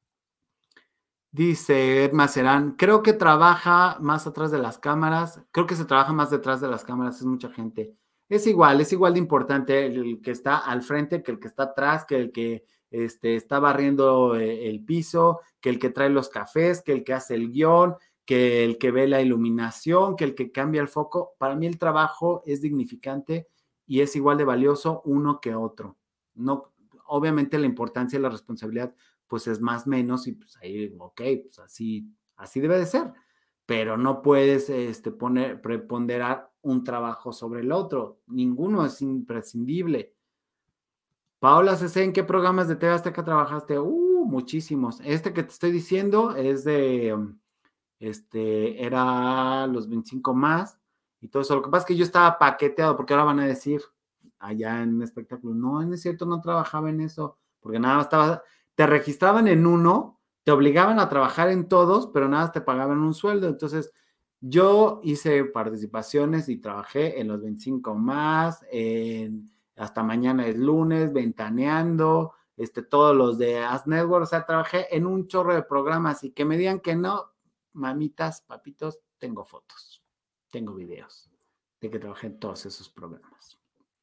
Dice Ed Macerán, creo que trabaja más atrás de las cámaras, creo que se trabaja más detrás de las cámaras, es mucha gente. Es igual, es igual de importante el que está al frente que el que está atrás, que el que este, está barriendo el piso, que el que trae los cafés, que el que hace el guión, que el que ve la iluminación, que el que cambia el foco. Para mí el trabajo es dignificante y es igual de valioso uno que otro. No, obviamente la importancia y la responsabilidad pues es más menos y pues ahí, ok, pues así, así debe de ser, pero no puedes este, poner, preponderar un trabajo sobre el otro, ninguno es imprescindible. Paola C C, ¿en qué programas de T V Azteca trabajaste? Uh, muchísimos. Este que te estoy diciendo es de, este, era Los veinticinco más y todo eso. Lo que pasa es que yo estaba paqueteado, porque ahora van a decir, allá en un espectáculo, no, no es cierto, no trabajaba en eso, porque nada más estaba, te registraban en uno, te obligaban a trabajar en todos, pero nada más te pagaban un sueldo. Entonces, yo hice participaciones y trabajé en Los veinticinco más, en Hasta Mañana es Lunes, Ventaneando, este, todos los de As Network, o sea, trabajé en un chorro de programas y que me digan que no, mamitas, papitos, tengo fotos, tengo videos de que trabajé en todos esos programas.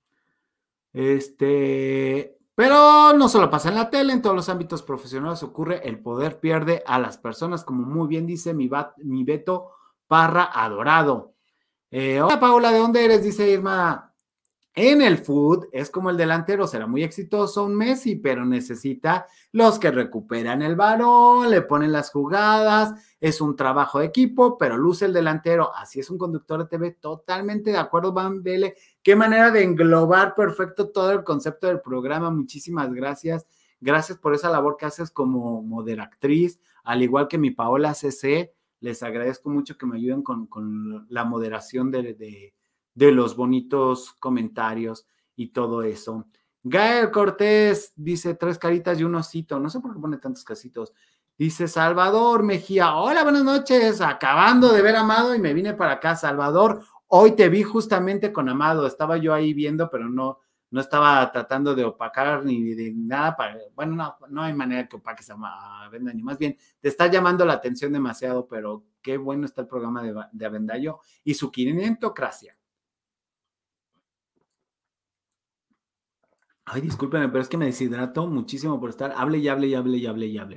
Este, pero no solo pasa en la tele, en todos los ámbitos profesionales ocurre, el poder pierde a las personas, como muy bien dice mi, bat, mi Beto Parra adorado. Eh, hola Paola, ¿de dónde eres? Dice Irma En el fútbol es como el delantero, será muy exitoso un Messi, pero necesita los que recuperan el balón, le ponen las jugadas, es un trabajo de equipo, pero luce el delantero, así es un conductor de T V, totalmente de acuerdo, Van Vele, qué manera de englobar perfecto todo el concepto del programa, muchísimas gracias, gracias por esa labor que haces como moderactriz, al igual que mi Paola C C, les agradezco mucho que me ayuden con, con la moderación de... de de los bonitos comentarios y todo eso. Gael Cortés dice tres caritas y un osito. No sé por qué pone tantos casitos. Dice Salvador Mejía. Hola, buenas noches. Acabando de ver a Amado y me vine para acá. Salvador, hoy te vi justamente con Amado. Estaba yo ahí viendo, pero no, no estaba tratando de opacar ni de nada. Para, bueno, no, no hay manera que opaques a Avendaño. Más bien, te está llamando la atención demasiado, pero qué bueno está el programa de, de Avendaño y su quinientocracia. Ay, discúlpenme, pero es que me deshidrato muchísimo por estar, hable y hable y hable y hable y hable.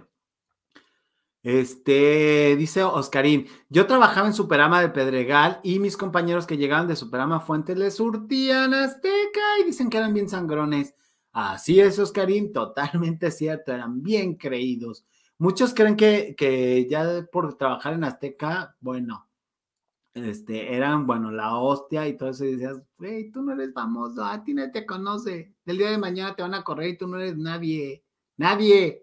Este, dice Oscarín, yo trabajaba en Superama de Pedregal y mis compañeros que llegaban de Superama Fuentes les surtían Azteca y dicen que eran bien sangrones. Así es, Oscarín, totalmente cierto, eran bien creídos. Muchos creen que, que ya por trabajar en Azteca, bueno, este, eran, bueno, la hostia y todo eso, y decías, güey, tú no eres famoso, a ti nadie te conoce, del día de mañana te van a correr y tú no eres nadie, nadie,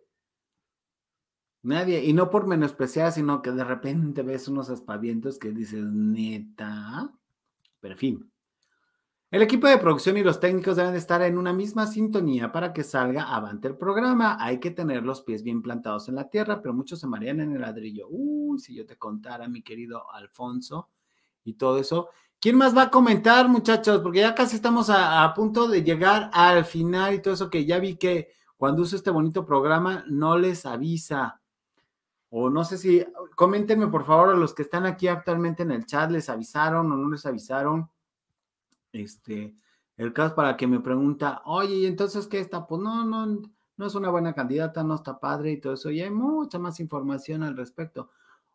nadie, y no por menospreciar, sino que de repente ves unos aspavientos que dices, neta, pero en fin. El equipo de producción y los técnicos deben estar en una misma sintonía para que salga avante el programa. Hay que tener los pies bien plantados en la tierra, pero muchos se marean en el ladrillo. Uy, si yo te contara, mi querido Alfonso, y todo eso. ¿Quién más va a comentar, muchachos? Porque ya casi estamos a, a punto de llegar al final y todo eso que ya vi que cuando uso este bonito programa no les avisa. O no sé si, coméntenme por favor a los que están aquí actualmente en el chat, ¿les avisaron o no les avisaron? Este, el caso para que me pregunta, oye, ¿y entonces qué está? Pues no, no, no es una buena candidata, no está padre y todo eso, y hay mucha más información al respecto.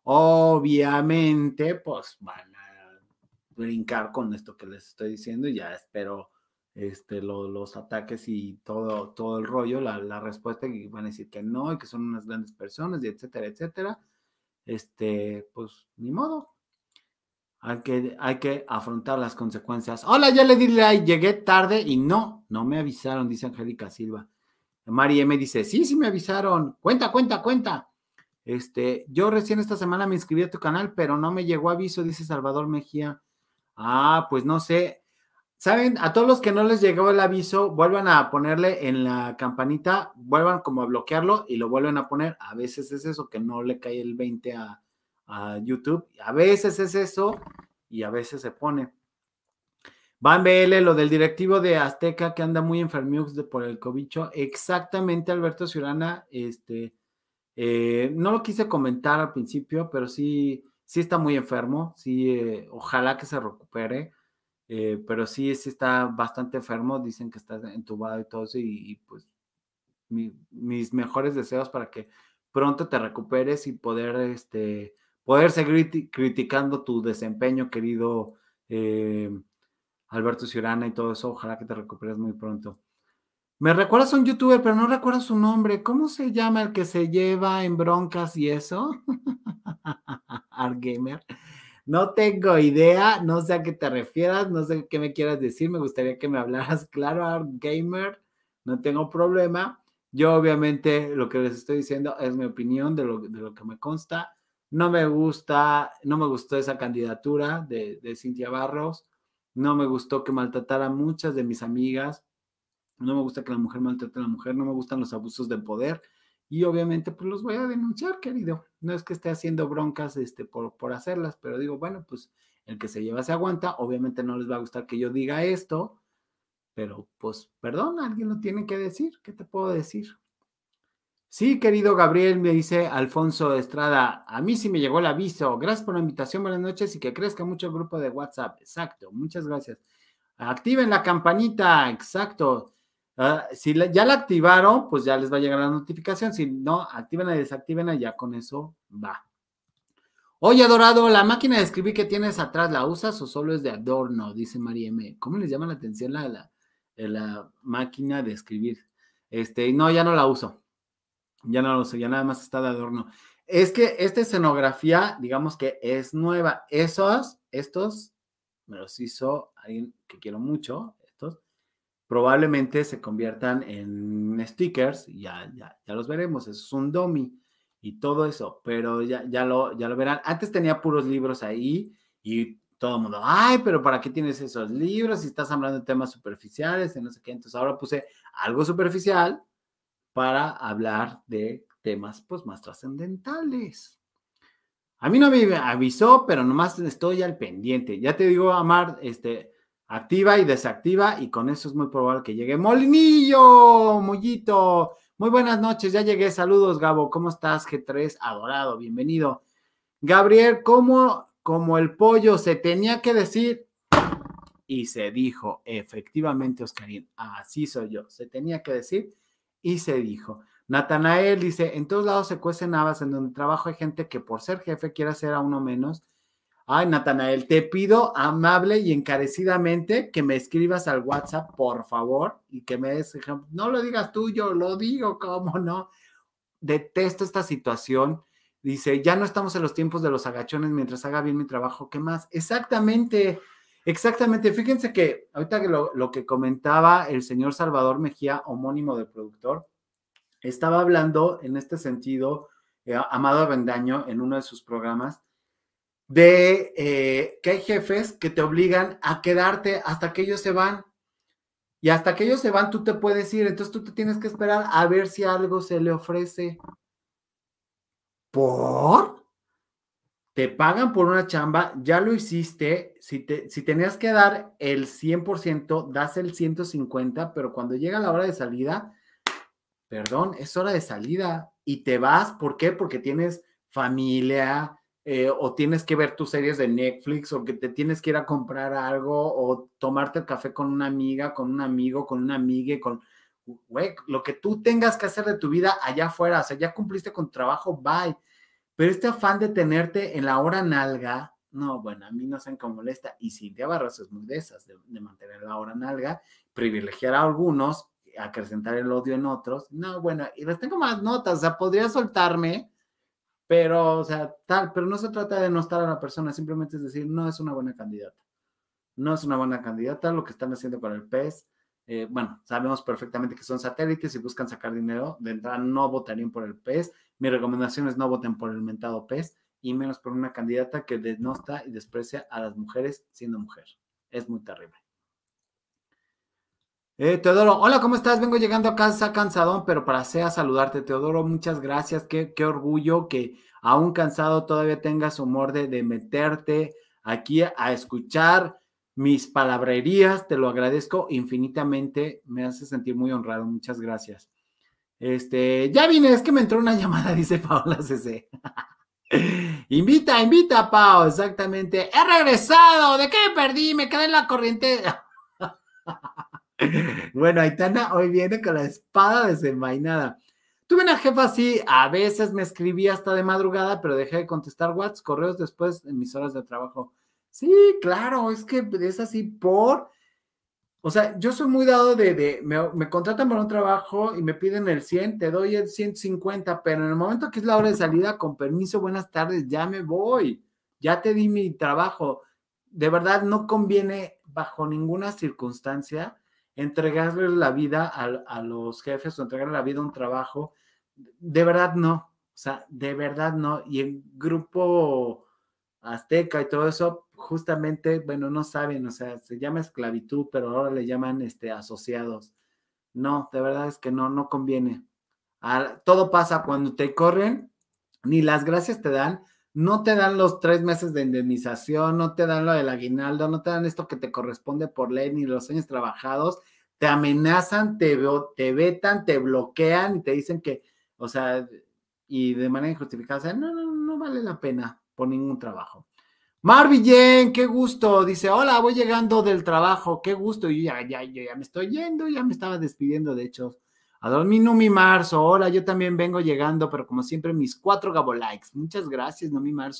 Obviamente, pues van a brincar con esto que les estoy diciendo y ya espero este, lo, los ataques y todo, todo el rollo, la, la respuesta, y van a decir que no, y que son unas grandes personas, y etcétera, etcétera. Este, pues, ni modo. Hay que, hay que afrontar las consecuencias. Hola, ya le di like, llegué tarde y no, no me avisaron, dice Angélica Silva. Mari M dice, sí, sí me avisaron. Cuenta, cuenta, cuenta. Este, yo recién esta semana me inscribí a tu canal, pero no me llegó aviso, dice Salvador Mejía. Ah, pues no sé. ¿Saben? A todos los que no les llegó el aviso, vuelvan a ponerle en la campanita, vuelvan como a bloquearlo y lo vuelven a poner. A veces es eso, que no le cae el veinte a, a YouTube. A veces es eso y a veces se pone. Van B L, lo del directivo de Azteca que anda muy enfermiux de, por el cobicho. Exactamente, Alberto Ciurana, este, eh, no lo quise comentar al principio, pero sí, sí está muy enfermo. Sí, eh, ojalá que se recupere. Eh, pero sí, sí está bastante enfermo, dicen que está entubado y todo eso, y, y pues mi, mis mejores deseos para que pronto te recuperes y poder, este, poder seguir criticando tu desempeño, querido eh, Alberto Ciurana y todo eso. Ojalá que te recuperes muy pronto. Me recuerdas a un youtuber, pero no recuerdo su nombre. ¿Cómo se llama el que se lleva en broncas y eso? Art Gamer. No tengo idea, no sé a qué te refieras, no sé qué me quieras decir, me gustaría que me hablaras claro, Art Gamer, no tengo problema. Yo obviamente lo que les estoy diciendo es mi opinión de lo, de lo que me consta. No me gusta, no me gustó esa candidatura de, de Cintia Barros, no me gustó que maltratara a muchas de mis amigas, no me gusta que la mujer maltrate a la mujer, no me gustan los abusos de poder y obviamente pues los voy a denunciar, querido. No es que esté haciendo broncas este, por, por hacerlas, pero digo, bueno, pues el que se lleva se aguanta, obviamente no les va a gustar que yo diga esto, pero pues perdón, alguien lo tiene que decir, ¿qué te puedo decir? Sí, querido Gabriel, me dice Alfonso Estrada, a mí sí me llegó el aviso, gracias por la invitación, buenas noches y que crezca mucho el grupo de WhatsApp, exacto, muchas gracias. Activen la campanita, exacto. Uh, si la, ya la activaron, pues ya les va a llegar la notificación. Si no, activen y desactiven y ya con eso va. Oye, Dorado, la máquina de escribir que tienes atrás, ¿la usas o solo es de adorno? Dice María M. ¿Cómo les llama la atención la, la, la máquina de escribir? Este, no, ya no la uso. Ya no la uso, ya nada más está de adorno. Es que esta escenografía, digamos que es nueva. Esos, estos, me los hizo alguien que quiero mucho, estos, probablemente se conviertan en stickers, ya, ya, ya los veremos, es un dummy y todo eso, pero ya, ya, lo, ya lo verán. Antes tenía puros libros ahí y todo el mundo, ay, pero ¿para qué tienes esos libros si estás hablando de temas superficiales y no sé qué? Entonces ahora puse algo superficial para hablar de temas pues más trascendentales. A mí no me avisó, pero nomás estoy al pendiente. Ya te digo, Amar, este, activa y desactiva y con eso es muy probable que llegue. Molinillo, Mollito, muy buenas noches, ya llegué. Saludos, Gabo, ¿cómo estás? G tres, adorado, bienvenido. Gabriel, ¿cómo como el pollo se tenía que decir? Y se dijo, efectivamente, Oscarín, así soy yo, se tenía que decir y se dijo. Natanael dice, en todos lados se cuecen habas, en donde trabajo hay gente que por ser jefe quiere hacer a uno menos. Ay, Natanael, te pido amable y encarecidamente que me escribas al WhatsApp, por favor, y que me des ejemplo. No lo digas tú, yo lo digo, ¿cómo no? Detesto esta situación. Dice, ya no estamos en los tiempos de los agachones mientras haga bien mi trabajo, ¿qué más? Exactamente, exactamente. Fíjense que ahorita que lo, lo que comentaba el señor Salvador Mejía, homónimo del productor, estaba hablando en este sentido, eh, Amado Avendaño, en uno de sus programas, de eh, que hay jefes que te obligan a quedarte hasta que ellos se van. Y hasta que ellos se van, tú te puedes ir. Entonces tú te tienes que esperar a ver si algo se le ofrece. ¿Por? Te pagan por una chamba, ya lo hiciste. Si, te, si tenías que dar el cien por ciento, das el ciento cincuenta, pero cuando llega la hora de salida, perdón, es hora de salida y te vas. ¿Por qué? Porque tienes familia, eh, o tienes que ver tus series de Netflix, o que te tienes que ir a comprar algo, o tomarte el café con una amiga, con un amigo, con una amiga, con, güey, lo que tú tengas que hacer de tu vida allá afuera. O sea, ya cumpliste con tu trabajo, bye. Pero este afán de tenerte en la hora nalga, no, bueno, a mí no sé cómo molesta. Y Cintia Barros es muy de esas, de, de mantener la hora nalga, privilegiar a algunos, acrecentar el odio en otros. No, bueno, y les tengo más notas, o sea, podría soltarme, pero, o sea, tal, pero no se trata de no estar a la persona, simplemente es decir, no es una buena candidata. No es una buena candidata lo que están haciendo con el P E S. Eh, bueno, sabemos perfectamente que son satélites y buscan sacar dinero. De entrada, no votarían por el P E S. Mi recomendación es no voten por el mentado P E S y menos por una candidata que denosta y desprecia a las mujeres siendo mujer. Es muy terrible. Eh, Teodoro, hola, ¿cómo estás? Vengo llegando a casa cansadón, pero para sea saludarte, Teodoro, muchas gracias. Qué, qué orgullo que aún cansado todavía tengas humor de, de meterte aquí a, a escuchar mis palabrerías. Te lo agradezco infinitamente. Me hace sentir muy honrado. Muchas gracias. Este, ya vine, es que me entró una llamada, dice Paola C C. Invita, invita, Pao, exactamente. He regresado. ¿De qué me perdí? Me quedé en la corriente. Bueno, Aitana hoy viene con la espada desenvainada. Tuve una jefa así, a veces me escribía hasta de madrugada, pero dejé de contestar WhatsApp, correos después en mis horas de trabajo. Sí, claro, es que es así por... O sea, yo soy muy dado de... de me, me contratan para un trabajo y me piden el cien, te doy el ciento cincuenta, pero en el momento que es la hora de salida, con permiso, buenas tardes, ya me voy. Ya te di mi trabajo. De verdad, no conviene bajo ninguna circunstancia entregarle la vida a, a los jefes o entregarle la vida a un trabajo. De verdad no, o sea, de verdad no. Y el grupo azteca y todo eso, justamente, bueno, no saben, o sea, se llama esclavitud, pero ahora le llaman este, asociados. No, de verdad es que no, no conviene. A, todo pasa cuando te corren, ni las gracias te dan, no te dan los tres meses de indemnización, no te dan lo del aguinaldo, no te dan esto que te corresponde por ley, ni los años trabajados, te amenazan, te, te vetan, te bloquean y te dicen que, o sea, y de manera injustificada, o sea, no, no, no vale la pena por ningún trabajo. Marvillén, qué gusto, dice, hola, voy llegando del trabajo, qué gusto, y ya, ya, yo ya me estoy yendo, ya me estaba despidiendo, de hecho. A dormir, Numi Marzo, hola, yo también vengo llegando, pero como siempre, mis cuatro Gabolikes. Muchas gracias, Numi Marzo.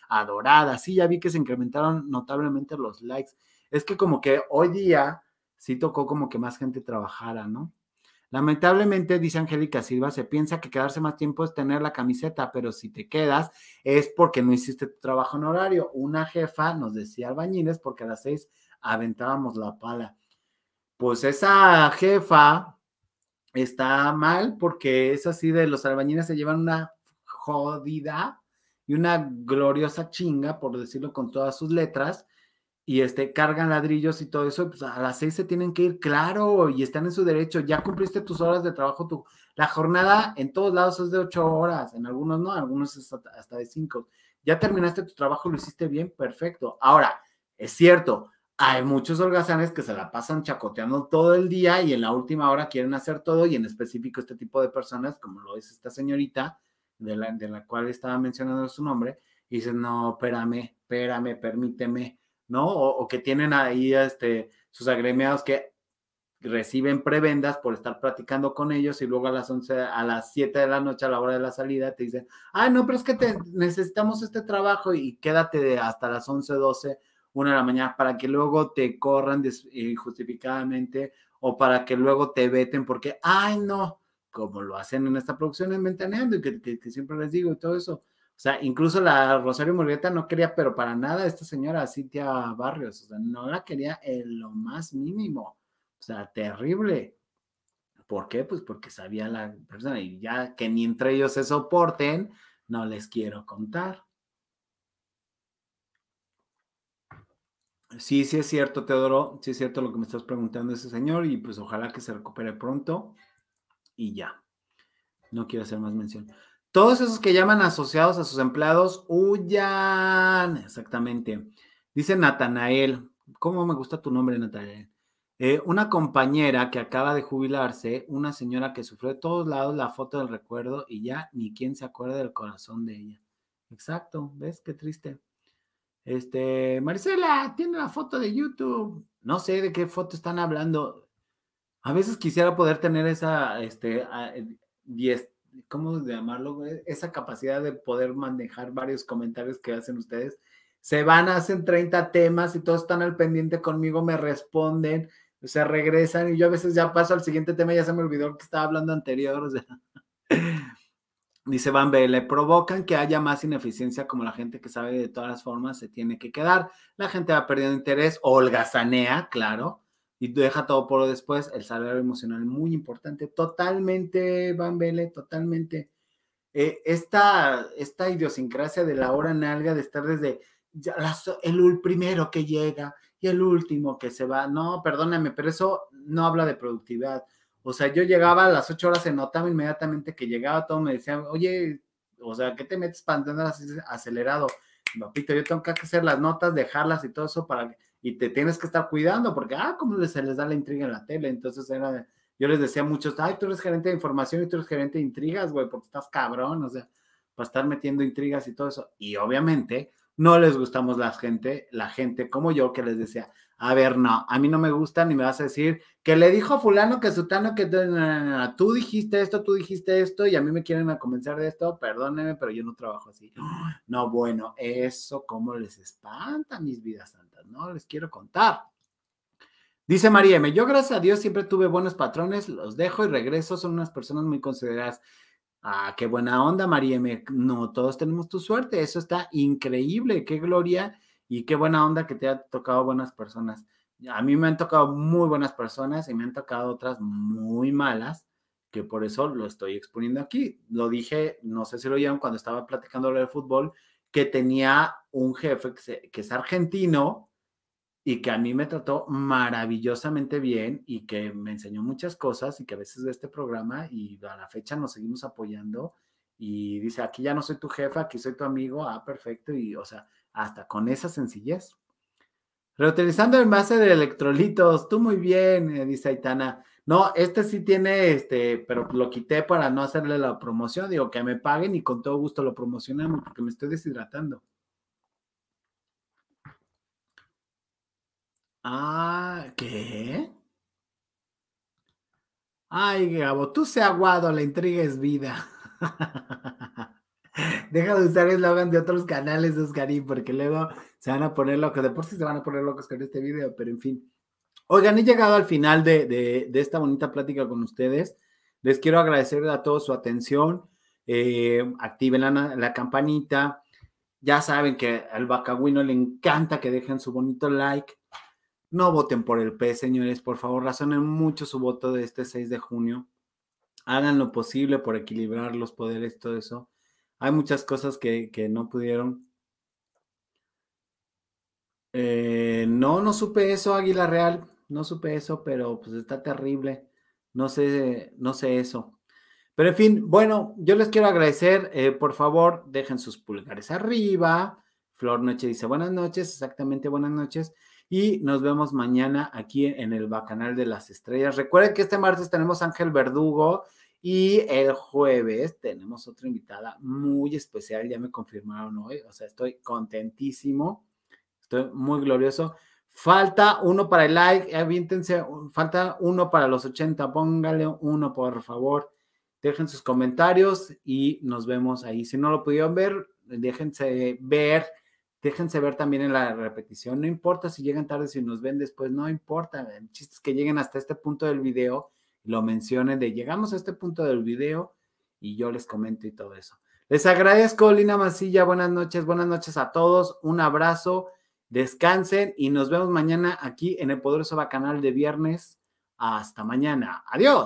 adorada. Sí, ya vi que se incrementaron notablemente los likes. Es que como que hoy día sí tocó como que más gente trabajara, ¿no? Lamentablemente, dice Angélica Silva, se piensa que quedarse más tiempo es tener la camiseta, pero si te quedas es porque no hiciste tu trabajo en horario. Una jefa nos decía albañiles porque a las seis aventábamos la pala. Pues esa jefa está mal porque es así de los albañiles se llevan una jodida y una gloriosa chinga, por decirlo con todas sus letras, y este, cargan ladrillos y todo eso, pues a las seis se tienen que ir, claro, y están en su derecho, ya cumpliste tus horas de trabajo, tu, la jornada en todos lados es de ocho horas, en algunos no, en algunos es hasta, hasta de cinco, ya terminaste tu trabajo, lo hiciste bien, perfecto. Ahora, es cierto, hay muchos holgazanes que se la pasan chacoteando todo el día y en la última hora quieren hacer todo, y en específico este tipo de personas, como lo es esta señorita, de la, de la cual estaba mencionando su nombre, y dicen, no, espérame, espérame, permíteme, ¿no? O, o que tienen ahí este, sus agremiados que reciben prebendas por estar platicando con ellos y luego a las once, a las siete de la noche a la hora de la salida te dicen, ay, no, pero es que te, necesitamos este trabajo y quédate de hasta las once, doce, una de la mañana para que luego te corran injustificadamente o para que luego te veten porque, ay, no, como lo hacen en esta producción en Ventaneando y que, que, que siempre les digo y todo eso. O sea, incluso la Rosario Murrieta no quería, pero para nada, esta señora Cintia Barrios, o sea, no la quería en lo más mínimo. O sea, terrible. ¿Por qué? Pues porque sabía la persona y ya que ni entre ellos se soporten, no les quiero contar. Sí, sí es cierto, Teodoro, sí es cierto lo que me estás preguntando ese señor y pues ojalá que se recupere pronto y ya. No quiero hacer más mención. Todos esos que llaman asociados a sus empleados, huyan. Exactamente. Dice Natanael. ¿Cómo me gusta tu nombre, Natanael? Eh, una compañera que acaba de jubilarse, una señora que sufrió de todos lados la foto del recuerdo y ya ni quien se acuerda del corazón de ella. Exacto, ¿ves? Qué triste. Este, Marcela, tiene la foto de YouTube. No sé de qué foto están hablando. A veces quisiera poder tener esa, este, diez, ¿cómo llamarlo? Esa capacidad de poder manejar varios comentarios que hacen ustedes. Se van, hacen treinta temas y todos están al pendiente conmigo, me responden, se regresan y yo a veces ya paso al siguiente tema y ya se me olvidó que estaba hablando anterior. O sea. Dice Van B, le provocan que haya más ineficiencia como la gente que sabe de todas las formas se tiene que quedar. La gente va perdiendo interés, holgazanea, claro, y deja todo por lo después. El salario emocional muy importante. Totalmente, Van Vele, totalmente. Eh, esta, esta idiosincrasia de la hora nalga, de estar desde ya las, el primero que llega y el último que se va. No, perdóname, pero eso no habla de productividad. O sea, yo llegaba a las ocho horas, se notaba inmediatamente que llegaba todo, me decían, oye, o sea, ¿qué te metes para andar así acelerado? Papito, yo tengo que hacer las notas, dejarlas y todo eso para, y te tienes que estar cuidando, porque, ah, cómo se les da la intriga en la tele, entonces era, yo les decía a muchos, ay, tú eres gerente de información y tú eres gerente de intrigas, güey, porque estás cabrón, o sea, para estar metiendo intrigas y todo eso, y obviamente no les gustamos la gente, la gente como yo que les decía, a ver, no, a mí no me gusta ni me vas a decir que le dijo a fulano que sutano que tú dijiste esto, tú dijiste esto y a mí me quieren convencer de esto, perdónenme, pero yo no trabajo así. No, bueno, eso como les espanta, mis vidas santas, no les quiero contar. Dice María M, yo gracias a Dios siempre tuve buenos patrones, los dejo y regreso, son unas personas muy consideradas. Ah, qué buena onda, María M. No, todos tenemos tu suerte, eso está increíble, qué gloria y qué buena onda que te ha tocado buenas personas. A mí me han tocado muy buenas personas y me han tocado otras muy malas, que por eso lo estoy exponiendo aquí. Lo dije, no sé si lo oyeron cuando estaba platicando del fútbol, que tenía un jefe que, se, que es argentino, y que a mí me trató maravillosamente bien y que me enseñó muchas cosas y que a veces ve este programa y a la fecha nos seguimos apoyando y dice, aquí ya no soy tu jefa, aquí soy tu amigo, ah, perfecto, y o sea, hasta con esa sencillez. Reutilizando el envase de electrolitos, tú muy bien, eh, dice Aitana. No, este sí tiene, este, pero lo quité para no hacerle la promoción, digo, que me paguen y con todo gusto lo promocionamos porque me estoy deshidratando. Ah, ¿qué? Ay, Gabo, tú sé aguado, la intriga es vida. Deja de usar eslogan de otros canales, Oscarín, porque luego se van a poner locos. De por sí se van a poner locos con este video, pero en fin. Oigan, he llegado al final de, de, de esta bonita plática con ustedes. Les quiero agradecer a todos su atención. Eh, activen la, la campanita. Ya saben que al Bacagüino le encanta que dejen su bonito like. No voten por el P, señores. Por favor, razonen mucho su voto de este seis de junio. Hagan lo posible por equilibrar los poderes, todo eso. Hay muchas cosas que, que no pudieron. Eh, no, no supe eso, Águila Real. No supe eso, pero pues está terrible. No sé, no sé eso. Pero en fin, bueno, yo les quiero agradecer. Eh, por favor, dejen sus pulgares arriba. Flor Noche dice buenas noches, exactamente buenas noches. Y nos vemos mañana aquí en el Bacanal de las Estrellas. Recuerden que este martes tenemos Ángel Verdugo y el jueves tenemos otra invitada muy especial. Ya me confirmaron hoy, o sea, estoy contentísimo. Estoy muy glorioso. Falta uno para el like, avíntense, falta uno para los ochenta, póngale uno por favor. Dejen sus comentarios y nos vemos ahí. Si no lo pudieron ver, déjense ver, déjense ver también en la repetición. No importa si llegan tarde, si nos ven después, no importa. El chiste es que lleguen hasta este punto del video y lo mencionen de llegamos a este punto del video y yo les comento y todo eso. Les agradezco, Lina Masilla. Buenas noches, buenas noches a todos. Un abrazo. Descansen y nos vemos mañana aquí en el poderoso Bacanal de viernes. Hasta mañana. Adiós.